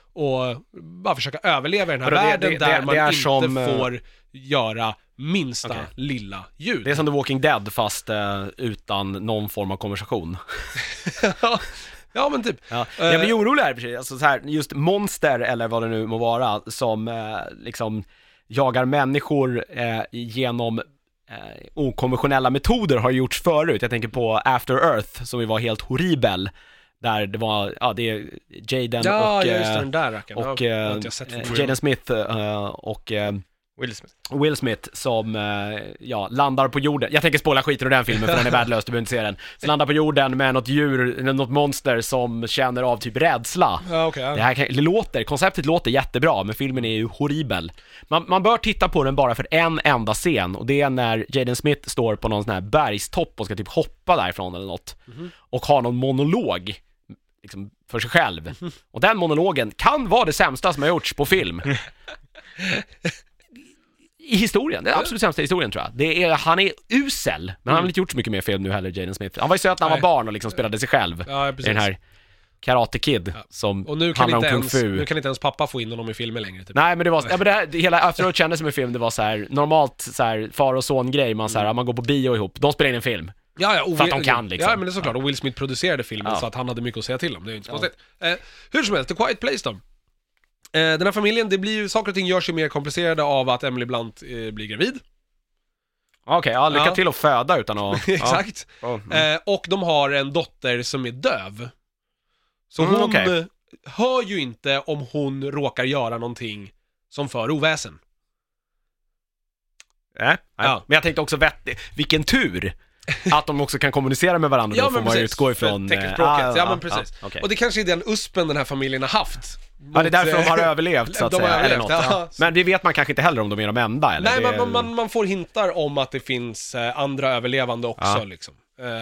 och bara försöka överleva i den här Vadå, världen där man är inte som, får göra minsta lilla ljud. Det är som The Walking Dead fast utan någon form av konversation. Ja, men typ. Ja. Jag blir orolig här, precis. Alltså så här, just monster eller vad det nu må vara som liksom jagar människor genom okonventionella metoder har gjorts förut. Jag tänker på After Earth som ju var helt horribel. Där det var, det är Jaden och just den där rackaren. och Jaden Smith och Will Smith. Will Smith som landar på jorden. Jag tänker spoila skiten ur den filmen för den är värdelös, du behöver inte se den. Så landar på jorden med något djur, något monster som känner av typ rädsla. Ja, okay, ja. Det här konceptet låter jättebra, men filmen är ju horribel. Man bör titta på den bara för en enda scen, och det är när Jaden Smith står på någon sån här bergstopp och ska typ hoppa därifrån eller något. Och har någon monolog liksom för sig själv. Och den monologen kan vara det sämsta som har gjorts på film. I historien, det är absolut sämsta historien tror jag. Han är usel, men han har inte gjort så mycket mer film nu heller, Jaden Smith. Han var ju söt när han var barn och liksom spelade sig själv. Ja, i den här Karate Kid som och nu handlar om kung fu. Nu kan inte ens pappa få in honom i filmen längre typ. Nej, men det var hela After Earth kändes som en film. Det var så här normalt så här far och son grej, man så här, man går på bio ihop. De spelar in en film. För att de kan liksom. Ja, men det är såklart. Och Will Smith producerade filmen så att han hade mycket att säga till om. Det är ju inte så konstigt. Hur som helst, The Quiet Place då. Den här familjen, det blir ju, saker och ting görs ju mer komplicerade av att Emily Blunt blir gravid. Okej, lycka till att föda utan att... Exakt. Och de har en dotter som är döv. Så hon hör ju inte om hon råkar göra någonting som för oväsen. Ja. Men jag tänkte också, vilken tur att de också kan kommunicera med varandra. Då får man utgå ifrån teckenspråket. Ja, men precis. Och det kanske är den uspen den här familjen har haft. Ja, det är därför de har överlevt så att säga, eller något. Ja. Men det vet man kanske inte heller om de är de enda, eller? Nej, man får hintar om att det finns andra överlevande också liksom.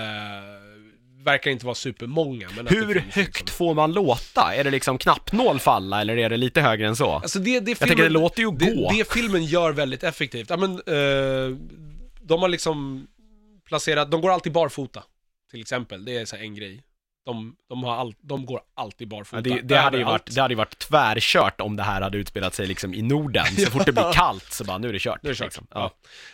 Verkar inte vara supermånga, men hur högt liksom får man låta? Är det liksom knappnål falla, eller är det lite högre än så? Alltså jag tänker det låter ju gå. Det filmen gör väldigt effektivt. Ja, men de har liksom placerat, de går alltid barfota till exempel, det är så här en grej. De går alltid barfota. Det hade ju varit tvärkört om det här hade utspelat sig liksom i Norden. Så fort det blir kallt så bara, nu är det kört. Liksom. Ja.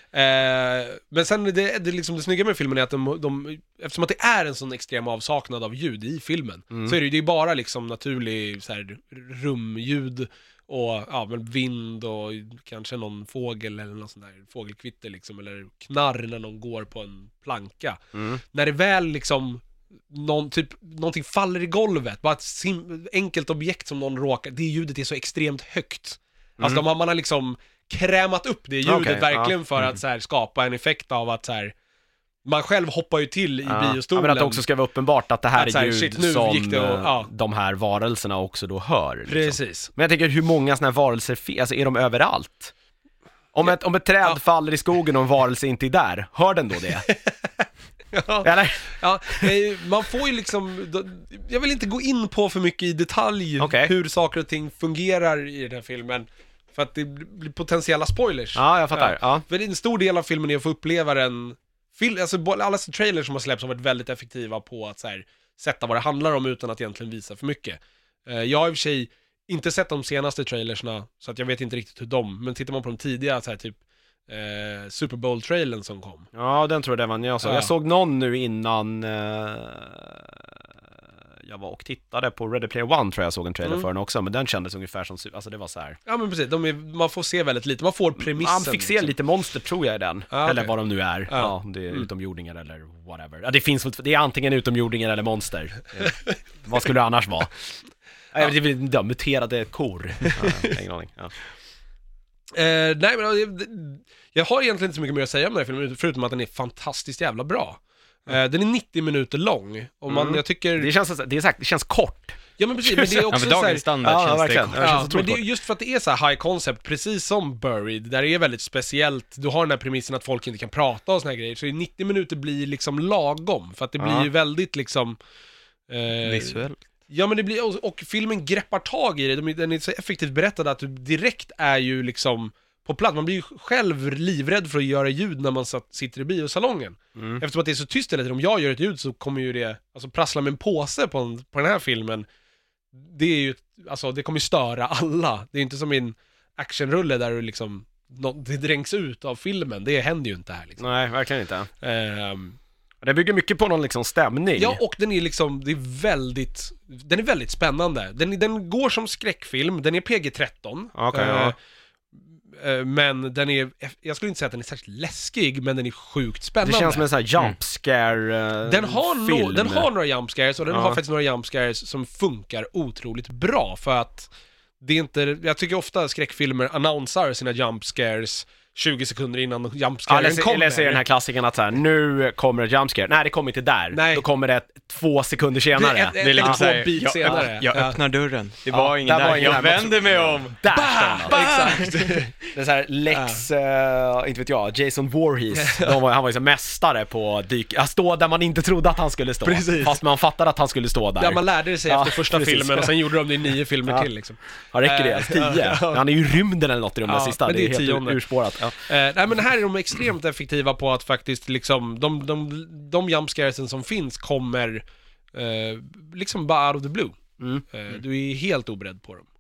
Men sen det liksom det snygga med filmen är att de eftersom att det är en sån extrem avsaknad av ljud i filmen, så är det ju bara liksom naturlig så här, rumljud och men vind och kanske någon fågel eller någon sån där fågelkvitter liksom, eller knarr när någon går på en planka. När det väl liksom någonting faller i golvet, bara ett enkelt objekt som någon råkar, det ljudet är så extremt högt. Alltså man har liksom krämat upp det ljudet verkligen för att så här, skapa en effekt av att så här, man själv hoppar ju till i biostolen. Men att det också ska vara uppenbart att det här är ljud shit, som de här varelserna också då hör. Liksom. Precis. Men jag tänker, hur många såna här varelser alltså, är de överallt? Om ett träd faller i skogen och en varelse inte är där, hör den då det? Eller? Ja, man får ju liksom, jag vill inte gå in på för mycket i detalj hur saker och ting fungerar i den här filmen, för att det blir potentiella spoilers. Ja, jag fattar. Ja. För en stor del av filmen är att få uppleva den alltså alla trailers som har släppts har varit väldigt effektiva på att så här, sätta vad det handlar om utan att egentligen visa för mycket. Jag har i och för sig inte sett de senaste trailersna, så att jag vet inte riktigt hur men tittar man på de tidiga så här, typ Super Bowl-trailern som kom. Ja, den tror jag det var jag såg. Jag såg någon nu innan jag var och tittade på Ready Player One, tror jag såg en trailer för den också, men den kändes ungefär som, alltså det var så här. Ja, men precis, man får se väldigt lite, man får premissen. Man fick se liksom lite monster, tror jag, i den. Eller vad de nu är. Ja, det är utomjordingar eller whatever. Ja, det är antingen utomjordingar eller monster. Vad skulle det annars vara? Det är muterade kor. Ingen aning. Ja. Nej, men jag har egentligen inte så mycket mer att säga om den här filmen, förutom att den är fantastiskt jävla bra. Den är 90 minuter lång och jag tycker det känns kort. Ja, men precis, men det är också så här standard känns verkligen. Men det är just för att det är så här high concept, precis som Buried, där det är väldigt speciellt. Du har den här premissen att folk inte kan prata och såna här grejer, så 90 minuter blir liksom lagom, för att det blir ju väldigt liksom visuellt. Ja, men det blir, och filmen greppar tag i det. Den är så effektivt berättad att du direkt är ju liksom på plats. Man blir ju själv livrädd för att göra ljud när man sitter i biosalongen. Eftersom att det är så tyst hela tiden. Om jag gör ett ljud så kommer ju det, alltså prassla med en påse på den här filmen. det är ju, alltså det kommer ju störa alla. Det är inte som i en actionrulle där du liksom, det dränks ut av filmen. Det händer ju inte här liksom. Nej, verkligen inte. Det bygger mycket på någon liksom stämning. Ja, och den är liksom, den är väldigt spännande. Den går som skräckfilm, den är PG-13. Okej, ja. Men den är, jag skulle inte säga att den är särskilt läskig, men den är sjukt spännande. Det känns som en sån här jump scare Den film. Den har några jump scares, och den har faktiskt några jump scares som funkar otroligt bra, för att det är inte, jag tycker ofta skräckfilmer annonsar sina jump scares 20 sekunder innan jumpscaren kommer. Eller ser den här klassiken att så här, nu kommer ett jumpscare. Nej, det kommer inte där. Nej. Då kommer det 2 sekunder senare. Det är lite så här, bit senare. jag öppnar dörren. Det var ingen där. Jag vänder mig om. Där står han. Exakt. Det är så här Lex, inte vet jag, Jason Voorhees. Han var ju så mästare på att stå där man inte trodde att han skulle stå. Precis. Fast man fattade att han skulle stå där. Ja, man lärde sig efter första precis. filmen, och sen gjorde de det i 9 filmer till liksom. Ja, räcker det? 10? Han är ju i rymden eller något i de där sista. men Det är det är helt 10:e. urspårat. Ja. Nej, men här är de extremt effektiva på att faktiskt liksom, de jumpscaresen som finns kommer liksom bara out of the blue. Du är helt oberedd på dem.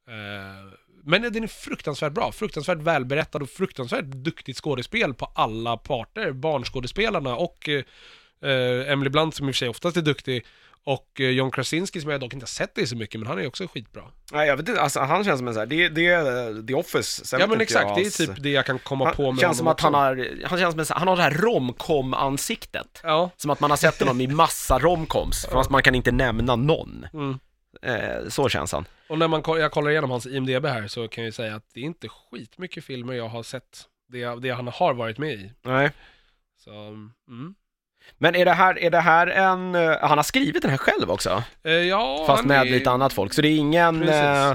Men den är fruktansvärt bra, fruktansvärt välberättad och fruktansvärt duktigt skådespel på alla parter. Barnskådespelarna och Emily Blunt, som i och för sig oftast är duktig, och John Krasinski, som jag dock inte har sett det så mycket, men han är också skitbra. Nej, jag vet inte, alltså han känns som en så här, det är The Office. Sen Ja, men exakt, det är typ det jag kan komma på med känns som honom att också. han känns som en, han har det här romcom-ansiktet. Ja. Som att man har sett honom i massa romcoms, fast man kan inte nämna någon. Så känns han. Och när jag kollar igenom hans IMDb här, så kan jag säga att det är inte skitmycket filmer jag har sett det han har varit med i. Nej. Så, Men är det här en... han har skrivit den här själv också? Ja, fast med lite annat folk, så det är ingen...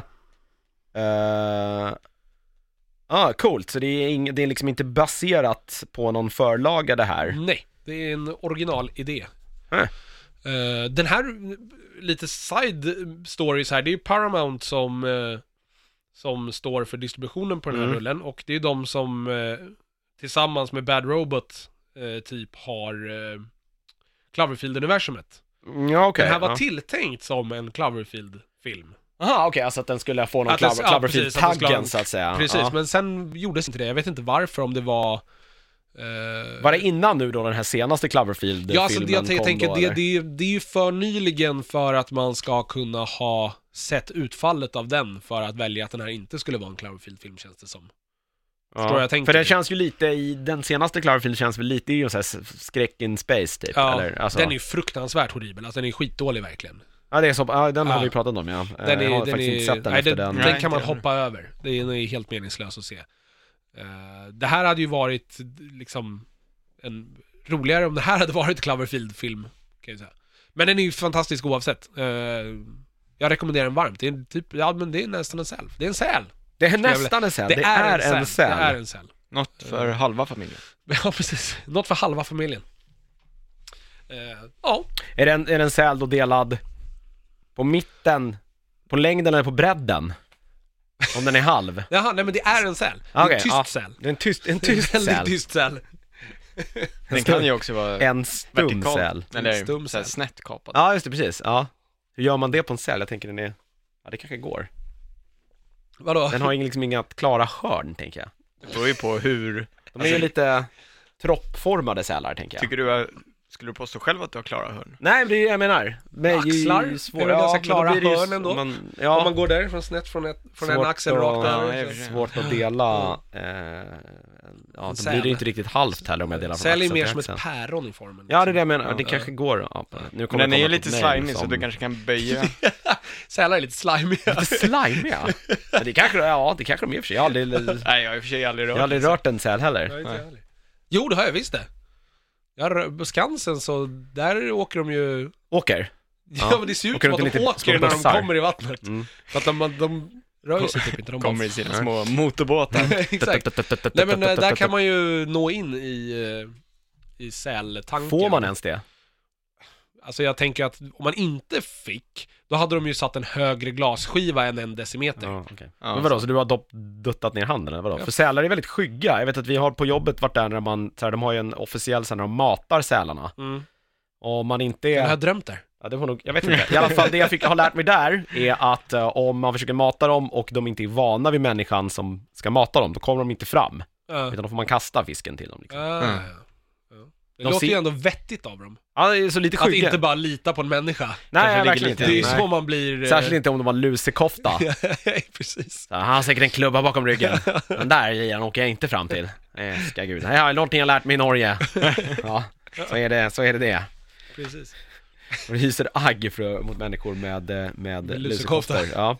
coolt, så det är liksom inte baserat på någon förlaga det här. Nej, det är en originalidé. Den här, lite side stories här, det är Paramount som står för distributionen på den här rullen, och det är de som tillsammans med Bad Robot typ har Cloverfield-universumet. Ja, okej. Den här var tilltänkt som en Cloverfield-film. Aha, okej, alltså att den skulle få någon Att den- Cloverfield-taggen så att säga. Precis, Ja. men sen gjordes inte det. Jag vet inte varför, om det var... Var det innan nu då den här senaste Cloverfield-filmen Ja, alltså jag kom tänker, då, det är ju för nyligen för att man ska kunna ha sett utfallet av den, för att välja att den här inte skulle vara en Cloverfield-film, känns det som. Förstår jag tänker? För den känns ju lite i, den senaste Cloverfield känns väl lite i en sån här skräck in space typ, Ja, eller? Alltså, den är ju fruktansvärt horribel, alltså den är skitdålig verkligen. ja, det är så, ja, den har Ja. vi pratat om, ja. Den jag har är, faktiskt inte sett den efter den. Den kan man inte hoppa över. Den är helt meningslös att se. Det här hade ju varit liksom roligare om det här hade varit Cloverfield-film, kan jag säga. Men den är ju fantastisk oavsett. Jag rekommenderar den varmt. Det är typ, ja, men det är nästan en säl. Det är en säl. Det är nästan en säl. Det är en säl. Det är en säl. Något för halva familjen. Ja, precis. Något för halva familjen. Ja. Är det en säl då delad på mitten, på längden eller på bredden? Om den är halv? Jaha, nej, men det är en säl. Det är Okej, en tyst ja. säl. Det är en tyst Väldigt säl. tyst säl. Den kan ju också vara En stum vertikal, säl. eller Stum så här säl. snett kapad. Ja, just det, precis. Ja. Hur gör man det på en säl? Jag tänker den är... Ja, det kanske går. Vadå? Den har liksom inga klara hörn, tänker jag. Det beror ju på hur... De är ju lite troppformade sälar, tänker jag. Tycker du, skulle du påstå själv att du har klara hörn? Nej, men det är det jag menar. Men Axlar? svårt. Är det ganska men då klara blir det ju hörn ändå? Man, Om ja, man går därifrån snett från en svårt axel att- rakt ja, över. i och för sig. svårt att dela. Ja, då blir det inte riktigt halvt heller om jag delar från Säl är axel mer till som ett axel. päron i formen. Ja, det är det jag menar. Ja, Det ja. kanske går. Ja, nu Men kommer den är det ju komma lite ett mail slimy så som- du kanske kan böja. Sälar är lite slimiga. Lite slimiga. Men det kanske, ja, det kanske de är i och för sig. Jag har aldrig, Nej, jag har i och för sig aldrig rört. rört en säl heller. Nej, inte jag heller. Jo, det har jag visst det. På Skansen så, där åker de ju... Åker. Ja, men det ser ut Åker som runt att i de lite åker små när de bussar. kommer i vattnet. Mm. För att de rör sig typ inte. De Kommer i sina små motorbåtar. Exakt. Nej, men där kan man ju nå in i sältanken. Får man ens det? Alltså jag tänker att om man inte fick, då hade de ju satt en högre glasskiva än 1 decimeter. Ja, okej. Ja, Men vadå, så du har duttat ner handen eller vadå? Ja. För sälar är väldigt skygga. Jag vet att vi har på jobbet varit där när de har ju en officiell sen när de matar sälarna. Mm. Och om man inte Jag har är... drömt där. Ja, det var nog, jag vet inte. I alla fall det jag har lärt mig där är att om man försöker mata dem och de inte är vana vid människan som ska mata dem, då kommer de inte fram. Utan då får man kasta fisken till dem. Liksom. Det låter ju ändå vettigt av dem. Ja, det är så lite att inte bara lita på en människa. Nej, verkligen inte. Det är så man blir... Särskilt inte om de har lusekofta. Precis. Så, han har säkert en klubba bakom ryggen. Den där igen åker jag inte fram till. Ska gud. Det är någonting jag lärt mig i Norge. Ja, så är det. Precis. Och det hyser agg mot människor med lusekoftor. Ja.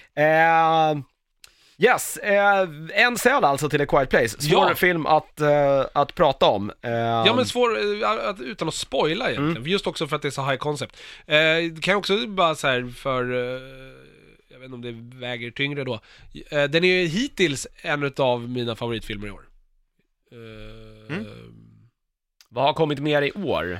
Yes, en säl alltså till A Quiet Place. Svår film att prata om. Ja, men svår utan att spoila egentligen. Just också för att det är så high concept. Det kan jag också bara så här för... jag vet inte om det väger tyngre då. Den är ju hittills en av mina favoritfilmer i år. Vad har kommit mer i år?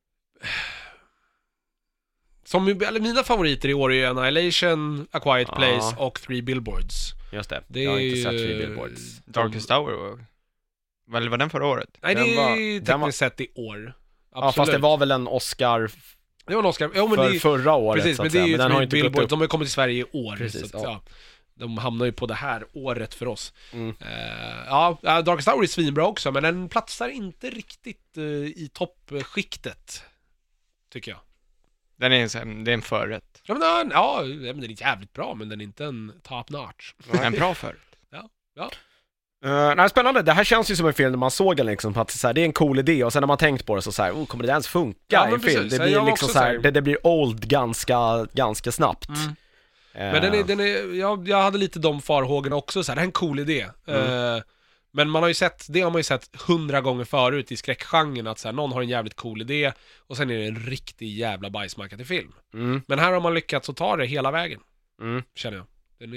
Mina favoriter i år är ju Annihilation, A Quiet Place och Three Billboards. Just det, jag har inte sett Three Billboards. Darkest Hour var den förra året? Nej, det är tekniskt sett i år. Absolut. Ja, fast det var väl en Oscar... Det var en Oscar förra året. Precis, men det är ju Three Billboards. De har ju kommit till Sverige i år. Precis, så att, de hamnar ju på det här året för oss. Darkest Hour är svinbra också, men den platsar inte riktigt i toppskiktet, tycker jag. Det är en förrätt. Ja, men den är jävligt bra, men den är inte en top notch. En bra förrätt. Nej, spännande. Det här känns ju som en film där man såg den liksom, att så här, det är en cool idé, och sen när man tänkt på det så här, kommer det ens funka i en film? Det blir liksom så här, det blir old ganska snabbt. Men jag hade lite de farhågorna också, så här, det här är en cool idé. Men man har ju sett 100 gånger förut i skräckgenren, att så här, någon har en jävligt cool idé och sen är det en riktig jävla bajsmacka till film. Men här har man lyckats att ta det hela vägen, känner jag. Den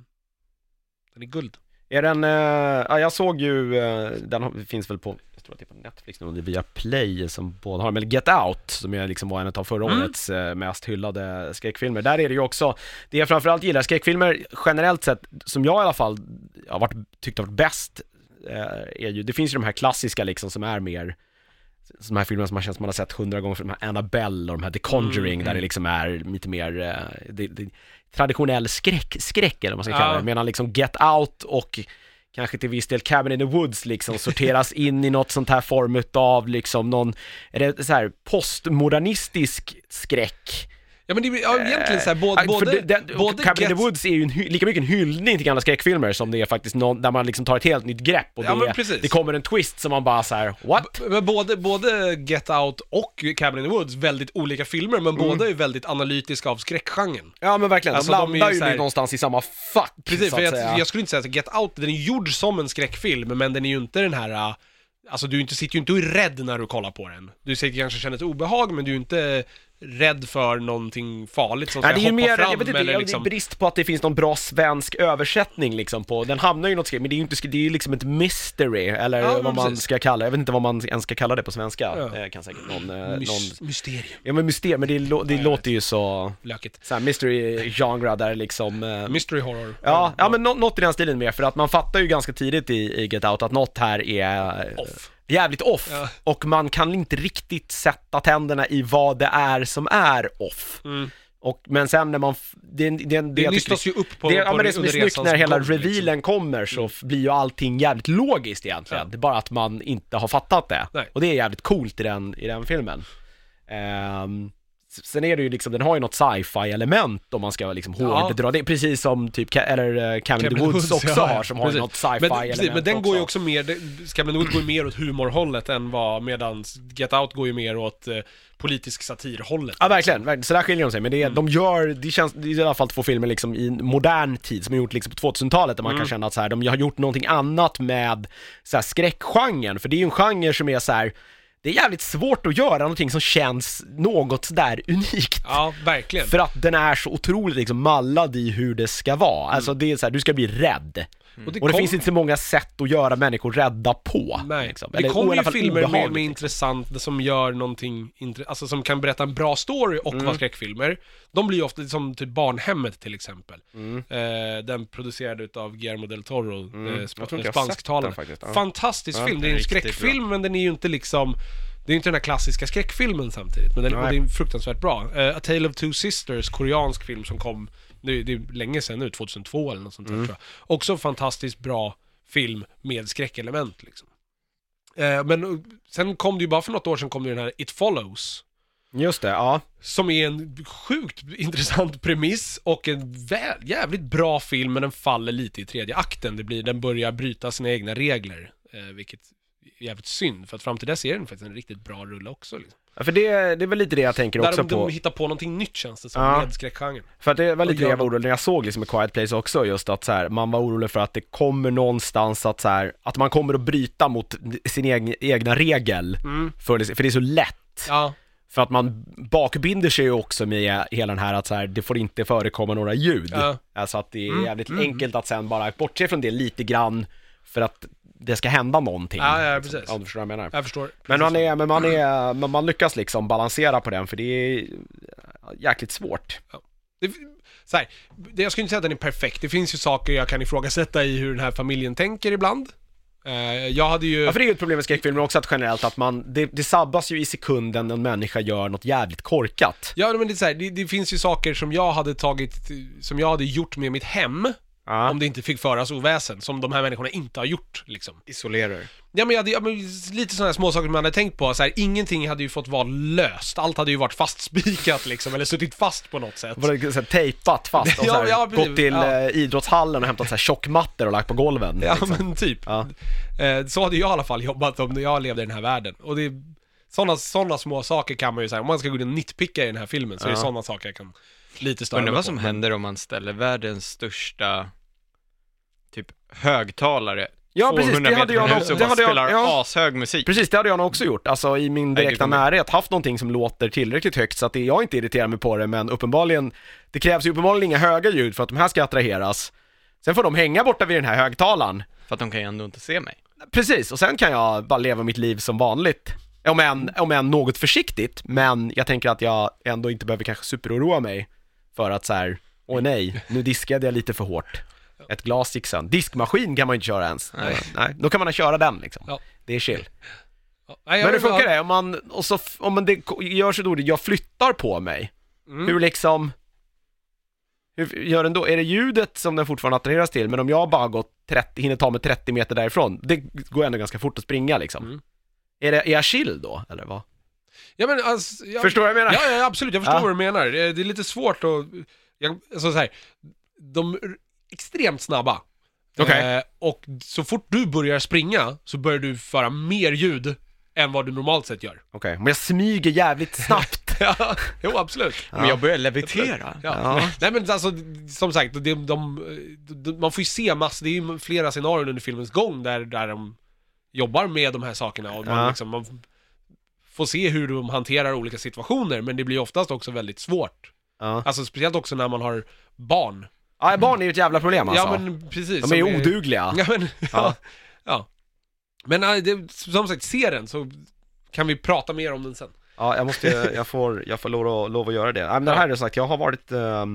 är guld. Är den, jag såg ju, den finns väl på, jag tror att det är på Netflix nu, och det är via Play som båda har, men Get Out, som är liksom var en av förra årets mest hyllade skräckfilmer. Där är det ju också, det jag framförallt gillar skräckfilmer generellt sett, som jag i alla fall tyckt har varit bäst, är ju, det finns ju de här klassiska liksom som är mer, de här filmerna som man känns som man har sett 100 gånger, för de här Annabelle och de här The Conjuring, där det liksom är lite mer det traditionell skräck eller vad man ska kalla det, medan liksom Get Out och kanske till viss del Cabin in the Woods liksom sorteras in i något sånt här form av liksom någon, är det så här postmodernistisk skräck. Ja, men det är egentligen så här, både Cabin in the Woods är ju lika mycket en hyllning till gamla skräckfilmer som det är faktiskt någon där man liksom tar ett helt nytt grepp och det kommer en twist som man bara så här, what? Men både Get Out och Cabin in the Woods, väldigt olika filmer, men båda är väldigt analytiska av skräckgenren. Ja, men verkligen, alltså, de landar ju någonstans i samma fack. Precis, för jag skulle inte säga att Get Out, den är gjord som en skräckfilm, men den är ju inte den här, alltså du sitter ju inte och är rädd när du kollar på den. Du sitter kanske känner ett obehag, men du är inte rädd för någonting farligt som ska hoppa mer, fram. Jag vet inte, eller liksom... det är brist på att det finns någon bra svensk översättning liksom på. Den hamnar ju något skräck, men det är ju liksom ett mystery, eller vad man ska kalla. Jag vet inte vad man ens ska kalla det på svenska. Kan säkert någon mysterium. Ja, men mysterium, men det låter ju så lökigt. Så här mystery genre där liksom mystery horror. Ja, men något i den stilen mer, för att man fattar ju ganska tidigt i Get Out att något här är jävligt off, och man kan inte riktigt sätta tänderna i vad det är som är off. Men sen när man det nystas ju upp på det som är snyggt när hela revealen liksom kommer, så blir ju allting jävligt logiskt egentligen. Det är bara att man inte har fattat det. Nej. Och det är jävligt coolt i den filmen. Sen är det ju liksom, den har ju något sci-fi element om man ska liksom hårddra det, precis som typ Cabin in the Woods också har, som har något sci-fi element. Men den går ju också mer, Cabin in the Woods går ju mer åt humorhållet än vad, medan Get Out går ju mer åt politisk satirhållet. Ja, verkligen, så där skiljer de sig, men det känns, det är i alla fall 2 filmer liksom i modern tid som är gjort liksom på 2000-talet, där man kan känna att så här, de har gjort någonting annat med så här skräckgenren, för det är ju en genre som är så här, det är jävligt svårt att göra någonting som känns något sådär unikt. Ja, verkligen. För att den är så otroligt liksom mallad i hur det ska vara. Alltså det är så här, du ska bli rädd. Och det finns inte så många sätt att göra människor rädda på. Nej, liksom. det kommer ju filmer med intressant, som gör någonting, alltså som kan berätta en bra story och vara skräckfilmer. De blir ju ofta som typ Barnhemmet till exempel. Den producerad utav Guillermo del Toro, spansktalande. Fantastisk film, det är en skräckfilm, men den är ju inte liksom, Det är inte den här klassiska skräckfilmen samtidigt, men det är fruktansvärt bra. A Tale of Two Sisters, koreansk film som kom, det är länge sedan nu, 2002 eller något sånt där, tror jag. Också fantastiskt bra film med skräckelement liksom. Men sen kom det ju bara för något år sedan kom det den här It Follows. Just det, ja. Som är en sjukt intressant premiss och en jävligt bra film, men den faller lite i tredje akten. Den börjar bryta sina egna regler, vilket är jävligt synd, för att fram till dess är den faktiskt en riktigt bra rulle också liksom. Ja, för det är väl lite det jag tänker också på. De hittar på någonting nytt, känns det som, med skräckgenren. För att det var lite det jag var orolig när jag såg liksom A Quiet Place också, just att så här, man var orolig för att det kommer någonstans att så här, att man kommer att bryta mot sin egna regel, för det är så lätt. Ja. För att man bakbinder sig ju också med hela den här att så här, det får inte förekomma några ljud. Alltså att det är jävligt enkelt att sen bara bortse från det lite grann för att det ska hända någonting. Ja, precis. Ja, du förstår vad jag menar. Jag förstår. Men man lyckas liksom balansera på den, för det är jäkligt svårt. Ja. Jag skulle inte säga att den är perfekt. Det finns ju saker jag kan ifrågasätta i hur den här familjen tänker ibland. Jag hade ju... Ja, för det är ju ett problem med skräckfilmer också, att generellt att det sabbas ju i sekunden när en människa gör något jävligt korkat. Ja, men det är så här, det finns ju saker som jag hade gjort med mitt hem, om det inte fick föras oväsen, som de här människorna inte har gjort liksom. Isolerar. Ja, men lite sådana här små saker man hade tänkt på, så här, ingenting hade ju fått vara löst. Allt hade ju varit fastspikat liksom, eller suttit fast på något sätt. Var det så här, tejpat fast och så här, gått till idrottshallen och hämtat så här tjockmattor och lagt på golven. Ja, liksom. men typ. Ja. Så hade jag i alla fall jobbat om jag levde i den här världen. Och det är sådana små saker kan man ju säga, om man ska gå in och nitpicka i den här filmen, så är det sådana saker jag kan lite störa. Undrar vad som händer om man ställer världens största typ högtalare. Ja, precis, det hade jag nog, spelar ashög musik. Precis, det hade jag nog också gjort. Alltså i min direkta närhet haft någonting som låter tillräckligt högt så att jag inte irriterar mig på det, men uppenbarligen, det krävs ju uppenbarligen inga höga ljud för att de här ska attraheras. Sen får de hänga borta vid den här högtalaren. För att de kan ju ändå inte se mig. Precis, och sen kan jag bara leva mitt liv som vanligt. Om än något försiktigt, men jag tänker att jag ändå inte behöver kanske superoroa mig för att så här, åh nej, nu diskade jag lite för hårt. Ett glas gick sönder. Diskmaskin kan man inte köra ens. Nej, då kan man köra den liksom. Ja. Det är chill. Ja. Men hur funkar det? Om man det gör så då, jag flyttar på mig. Hur liksom... Hur gör den då? Är det ljudet som den fortfarande attraheras till? Men om jag bara hinner ta mig 30 meter därifrån, det går ändå ganska fort att springa liksom. Är jag chill då? Eller vad? Ja, men alltså, förstår vad jag menar? Ja, absolut. Jag förstår vad du menar. Det är lite svårt att... Alltså så här, de är extremt snabba. Okay. Och så fort du börjar springa så börjar du föra mer ljud än vad du normalt sett gör. Okej, men jag smyger jävligt snabbt. Ja, jo, absolut. Men jag börjar levitera. Ja. Nej, men alltså, som sagt, man får ju se massor. Det är ju flera scenarier under filmens gång där de jobbar med de här sakerna. Och man får se hur de hanterar olika situationer. Men det blir oftast också väldigt svårt. Alltså speciellt också när man har barn. Ja, barn är ju ett jävla problem alltså. Ja, men precis. De är ju odugliga. Ja, men, ja. Men som sagt, se den så kan vi prata mer om den sen. Ja, jag får lov att göra det. Men det här är sagt, jag har varit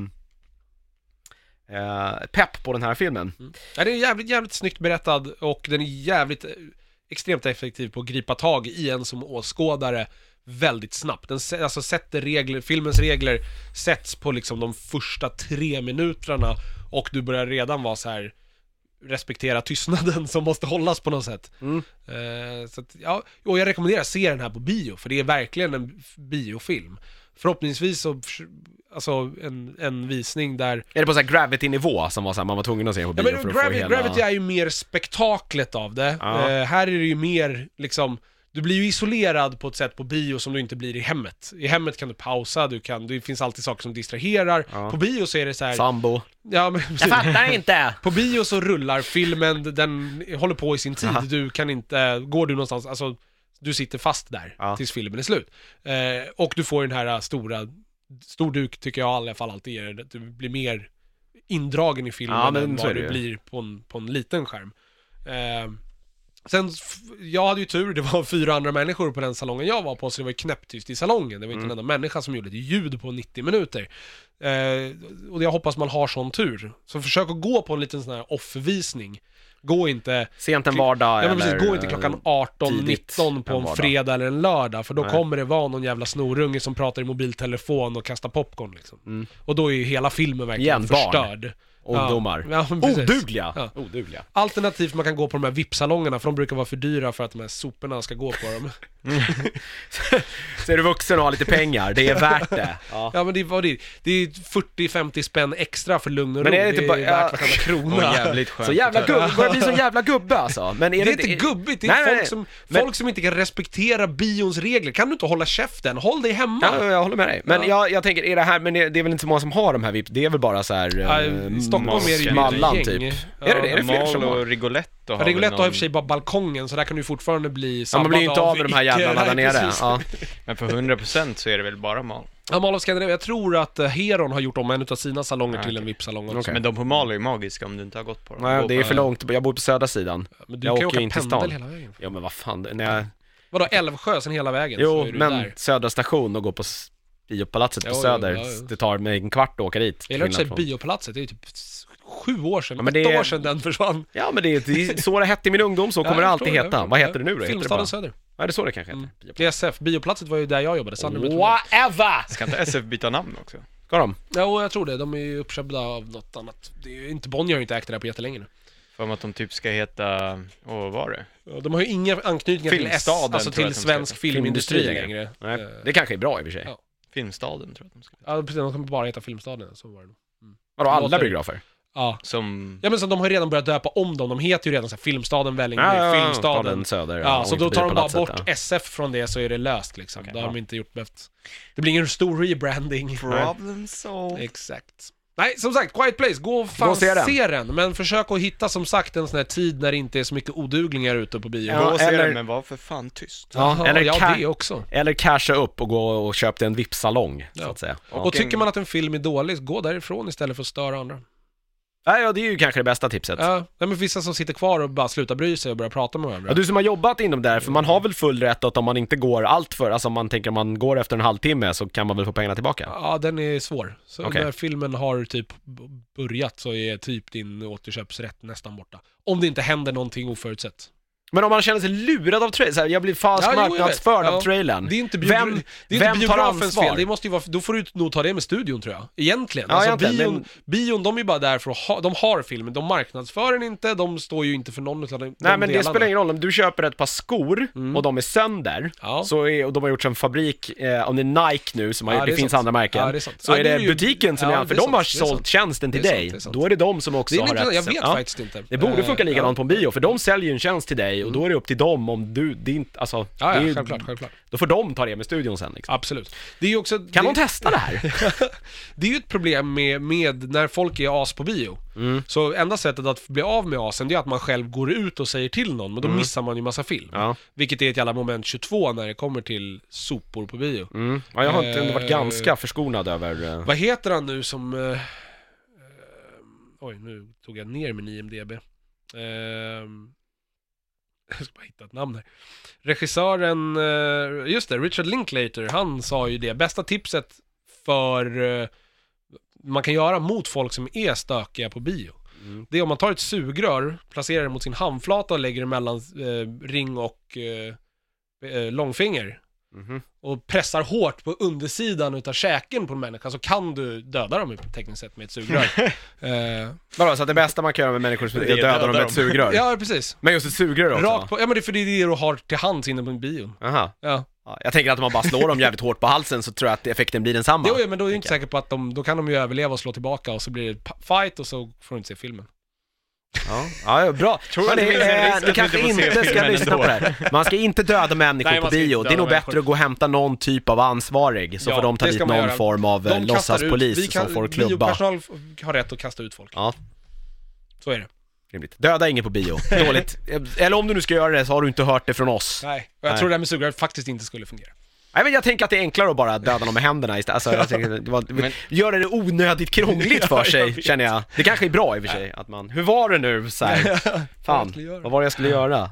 pepp på den här filmen. Ja, den är jävligt snyggt berättad och den är jävligt extremt effektiv på att gripa tag i en som åskådare väldigt snabbt. Den alltså sätter filmens regler sätts på liksom de första 3 minuterna och du börjar redan vara så här, respektera tystnaden som måste hållas på något sätt. Så att, och jag rekommenderar att se den här på bio, för det är verkligen en biofilm. Förhoppningsvis så, alltså en visning där... Är det på så här Gravity-nivå som var så här, man var tvungen att se på bio för att få hela... Gravity är ju mer spektaklet av det. Här är det ju mer liksom... Du blir ju isolerad på ett sätt på bio som du inte blir i hemmet. I hemmet kan du pausa, det finns alltid saker som distraherar. På bio så är det så här... Sambo. Ja, men, jag fattar inte! På bio så rullar filmen, den håller på i sin tid. Du kan inte... Går du någonstans... Alltså, du sitter fast där tills filmen är slut. Och du får den här stor duk, tycker jag i alla fall alltid är det. Du blir mer indragen i filmen än vad du blir på en liten skärm. Sen, jag hade ju tur, det var 4 andra människor på den salongen jag var på, så det var ju knäpptyst i salongen. Det var inte en enda människa som gjorde ett ljud på 90 minuter. Och jag hoppas man har sån tur. Så försök att gå på en liten sån här off-visning. Gå inte... Sent en vardag Ja, men eller... precis, gå inte klockan 18-19 på en fredag eller en lördag, för då kommer det vara någon jävla snorunge som pratar i mobiltelefon och kastar popcorn liksom. Och då är ju hela filmen verkligen förstörd. Ungdomar. Ja, Odugliga. Alternativt man kan gå på de här VIP-salongerna, för de brukar vara för dyra för att de här soporna ska gå på dem. Så är du vuxen och har lite pengar, det är värt det. Ja, men det är 40-50 spänn extra för lugn och ro. Men är det inte bara... värt varenda krona. Jävligt skönt. Så jävla gubbe, börjar bli så jävla gubbe alltså. Men Det är inte gubbigt, det är folk som inte kan respektera bions regler. Kan du inte hålla käften? Håll dig hemma. Ja, jag håller med dig. Men jag tänker, är det här, men det är väl inte så många som har de här VIP, det är väl bara så här Stockholm är det ju Mallan ett typ. gäng. Är det fler som Mal har? och Rigoletto har Rigoletto har i och för sig bara balkongen, så där kan du fortfarande bli Ja, man blir ju inte av med de här jävlarna där nere. Ja. Men för 100% så är det väl bara Mal. Ja, Mall of Scandinavia. Jag tror att Heron har gjort om en av sina salonger till en VIP-salong också. Okej. Men de på Mal är ju magiska om du inte har gått på dem. Nej, det är för långt. Jag bor på södra sidan. Men du Jag kan ju åker åka in till pendel stan. hela vägen. Ja, men vad fan. När jag... Vadå, Älvsjö sen hela vägen? så Jo, är du men där. södra station och gå på biopalatset på Jo, Söder. jo. Det tar mig en kvart att åka dit. Jag lärde sig Från- biopalatset, det är ju typ 7 år sedan, Ja, men 8 det är- år sedan den försvann. Ja, men det är så det hette i min ungdom, så kommer det jag alltid förstår heta. det. Vad heter det nu då? Heter det Filmstaden bara... Söder. Ja, det är så det kanske heter. Det är SF. Bioplatset var ju där jag jobbade. Whatever! Ska inte SF byta namn också? Ska de? Ja, jag tror det. De är ju uppköpta av något annat. Det är ju inte, Bonnier har ju inte ägt det där på jättelänge nu. För att de typ ska heta, vad var det? Ja, de har ju inga anknytningar till Filmstaden, alltså tror jag till att de ska svensk heta. filmindustri Filmindustri längre. Nej, det kanske är bra i och för sig. Ja. Filmstaden tror jag att de ska heta. Ja, precis. De kommer bara heta Filmstaden. Så var det nog. Vadå, alla Låter- biografer? Ja. Som... Ja, men så de har ju redan börjat döpa om dem. De heter ju redan så här Filmstaden, Vällingby, Filmstaden. Staden Söder. Ja, och så inte då tar de bara biopalatset, bort ja. SF från det, så är det löst liksom. Okej, Då har ja. de inte gjort behövt. Det blir ingen stor rebranding. Problem solved. Exakt. Nej, som sagt, Quiet Place, gå och fan Gå och se den. se den. Men försök att hitta som sagt en sån här tid när det inte är så mycket oduglingar ute på bio. Ja, Gå och se eller- den, men var för fan tyst. Jaha, eller ja, det också. Eller casha upp och gå och köpa en VIP-salong, så Ja. att säga. Och tycker man att en film är dålig, gå därifrån istället för att störa andra. Ja, det är ju kanske det bästa tipset. Ja, nej, men vissa som sitter kvar och bara slutar bry sig och börjar prata med varandra. Ja, du som har jobbat inom där, för man har väl full rätt att om man inte går allt för, alltså om man tänker om man går efter en halvtimme så kan man väl få pengarna tillbaka? Ja, den är svår. Så Okej. när filmen har typ börjat så är typ din återköpsrätt nästan borta. Om det inte händer någonting oförutsett. Men om man känner sig lurad av trailern, så här, jag blir falskt Ja, jo, jag vet. marknadsförd Ja. av trailern. Det är inte, Vem det är inte tar biografens ansvar? fel, det måste ju vara, då får du nog ta det med studion tror jag. Egentligen. Ja, Alltså egentligen, bion, de är ju bara där för att de har filmen, de marknadsför den inte, de står ju inte för någon utav de Nej, men det delarna. spelar ingen roll, om du köper ett par skor och de är sönder, Ja. så är, och de har gjort en fabrik, om det är Nike nu, som har, Ja, det det är finns sant. andra märken, Ja, det är sant. så Ja, är det det är ju- butiken som ja, är, det för är de har sant, det är sant. sålt tjänsten till Det är dig, sant, det är sant. då är det de som också Det är har intressant, rätt. jag vet Ja. faktiskt inte. Det borde funka likadant Ja. på en bio, för de säljer ju en tjänst till dig och då är det upp till dem om du, det är inte, alltså, Ja, det är ju, självklart. då får de ta det med studion sen liksom. Absolut. Det är ju också... Kan de testa det här? Det är ju ett problem med när folk är as på bio. Så enda sättet att bli av med asen, det är att man själv går ut och säger till någon, men då missar man ju massa film. Ja. Vilket är ett jävla moment 22 när det kommer till sopor på bio. Ja, jag har inte varit ganska förskonad över... Vad heter han nu som... oj, nu tog jag ner min IMDB. Jag ska bara hitta ett namn här. Regissören, just det, Richard Linklater, han sa ju det. Bästa tipset för man kan göra mot folk som är stökiga på bio. Det är om man tar ett sugrör, placerar det mot sin handflata och lägger det mellan ring och långfinger. Och pressar hårt på undersidan utav käken på en människa, så kan du döda dem tekniskt sett med ett sugrör. Vadå, så att det bästa man kan göra med människor är att döda dem med ett sugrör? Ja, precis. Men just ett sugrör också? Rakt på, ja, men det är för det är det du har till hands inne på en bio. Aha. Ja. Ja, jag tänker att om man bara slår dem jävligt hårt på halsen så tror jag att effekten blir densamma. Jo, men då är jag inte säker på att då kan de ju överleva och slå tillbaka och så blir det fight och så får du inte se filmen. Ja, bra. Tror du det finns en risk Du att kanske du inte får se inte ska filmen lyssna ändå? på det här. Man ska inte döda människor Nej, på man ska bio. inte Det är nog döda bättre människor. att gå och hämta någon typ av ansvarig, så Ja, får de ta det dit ska man någon göra. form av De kastar låtsaspolis ut, som får klubba. biopersonal har rätt att kasta ut folk. Ja, Så är det. rimligt. Döda ingen på bio. Dåligt. Eller om du nu ska göra det så har du inte hört det från oss. Nej, och jag Nej. tror det här med sugrör faktiskt inte skulle fungera. Nej, men jag tänker att det är enklare att bara döda dem med händerna istället. Alltså, jag tänker, gör det onödigt krångligt för sig, känner jag. Det kanske är bra i och för sig, att man, hur var det nu? Så här, fan, vad var det jag skulle göra?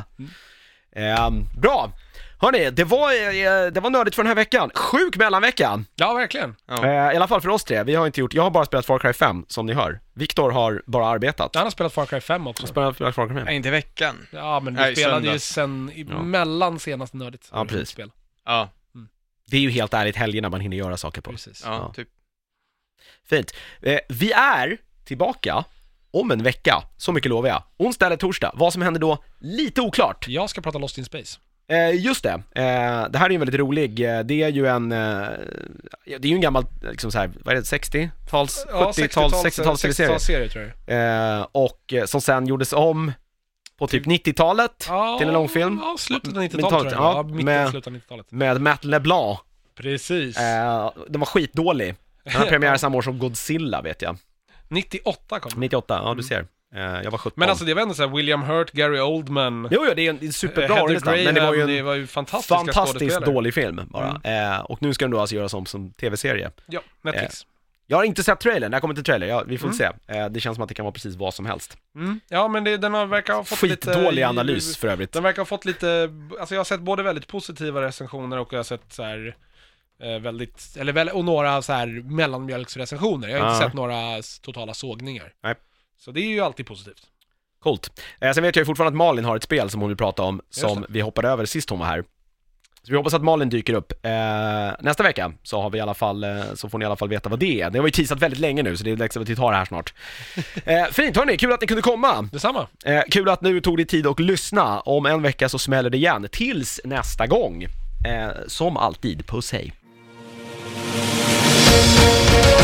Bra! Hörrni, det var nördigt för den här veckan. Sjuk mellanvecka. Ja, verkligen. I alla fall för oss tre. Jag har bara spelat Far Cry 5, som ni hör. Viktor har bara arbetat. Han har spelat Far Cry 5 också. Spelat Far Cry 5. Nej, inte veckan. Ja, men du spelade ju sen mellan senaste nördigt. Ja, precis. Spel. Ja. Det är ju helt ärligt helgerna man hinner göra saker på. Precis. Ja, typ. Fint. Vi är tillbaka om en vecka, så mycket lovar jag. Onsdag eller torsdag. Vad som händer då, lite oklart. Jag ska prata Lost in Space. Just det. Det här är ju en väldigt rolig. Det är ju en gammal, liksom så här, vad är det, 60-tals, 70-tals, 60-tals serie tror jag. Och som sen gjordes om på typ 90-talet till en långfilm. Ja, slutet av 90-talet tror jag. Ja, mitten, slutet av 90-talet. Med Matt LeBlanc. Precis. Den var skitdålig. Den har premiär samma år som Godzilla, vet jag. 98 kom. 98, ja du ser. Jag var 17. Men alltså det var ändå så här, William Hurt, Gary Oldman. Jo, det är en superbra nästan, men det var ju en fantastiskt dålig film bara. Och nu ska den då alltså göras om som tv-serie. Ja, Netflix. Jag har inte sett trailern, där kommer inte trailer. Vi får se. Det känns som att det kan vara precis vad som helst. Ja, men den verkar ha fått skitdålig analys för övrigt. Den verkar ha fått lite, alltså jag har sett både väldigt positiva recensioner och jag har sett så här och några så här mellanmjölksrecensioner. Jag har inte sett några totala sågningar. Nej. Så det är ju alltid positivt. Coolt. Sen vet jag ju fortfarande att Malin har ett spel som hon vill prata om, som vi hoppade över sist hon var här. Så vi hoppas att Malin dyker upp. Nästa vecka så har vi i alla fall, så får ni i alla fall veta vad det är. Det har vi teasat väldigt länge nu, så det är dags att vi tar det här snart. Fint, hörni, kul att ni kunde komma. Detsamma. Kul att nu tog det tid att lyssna. Om en vecka så smäller det igen. Tills nästa gång. Som alltid, puss hej.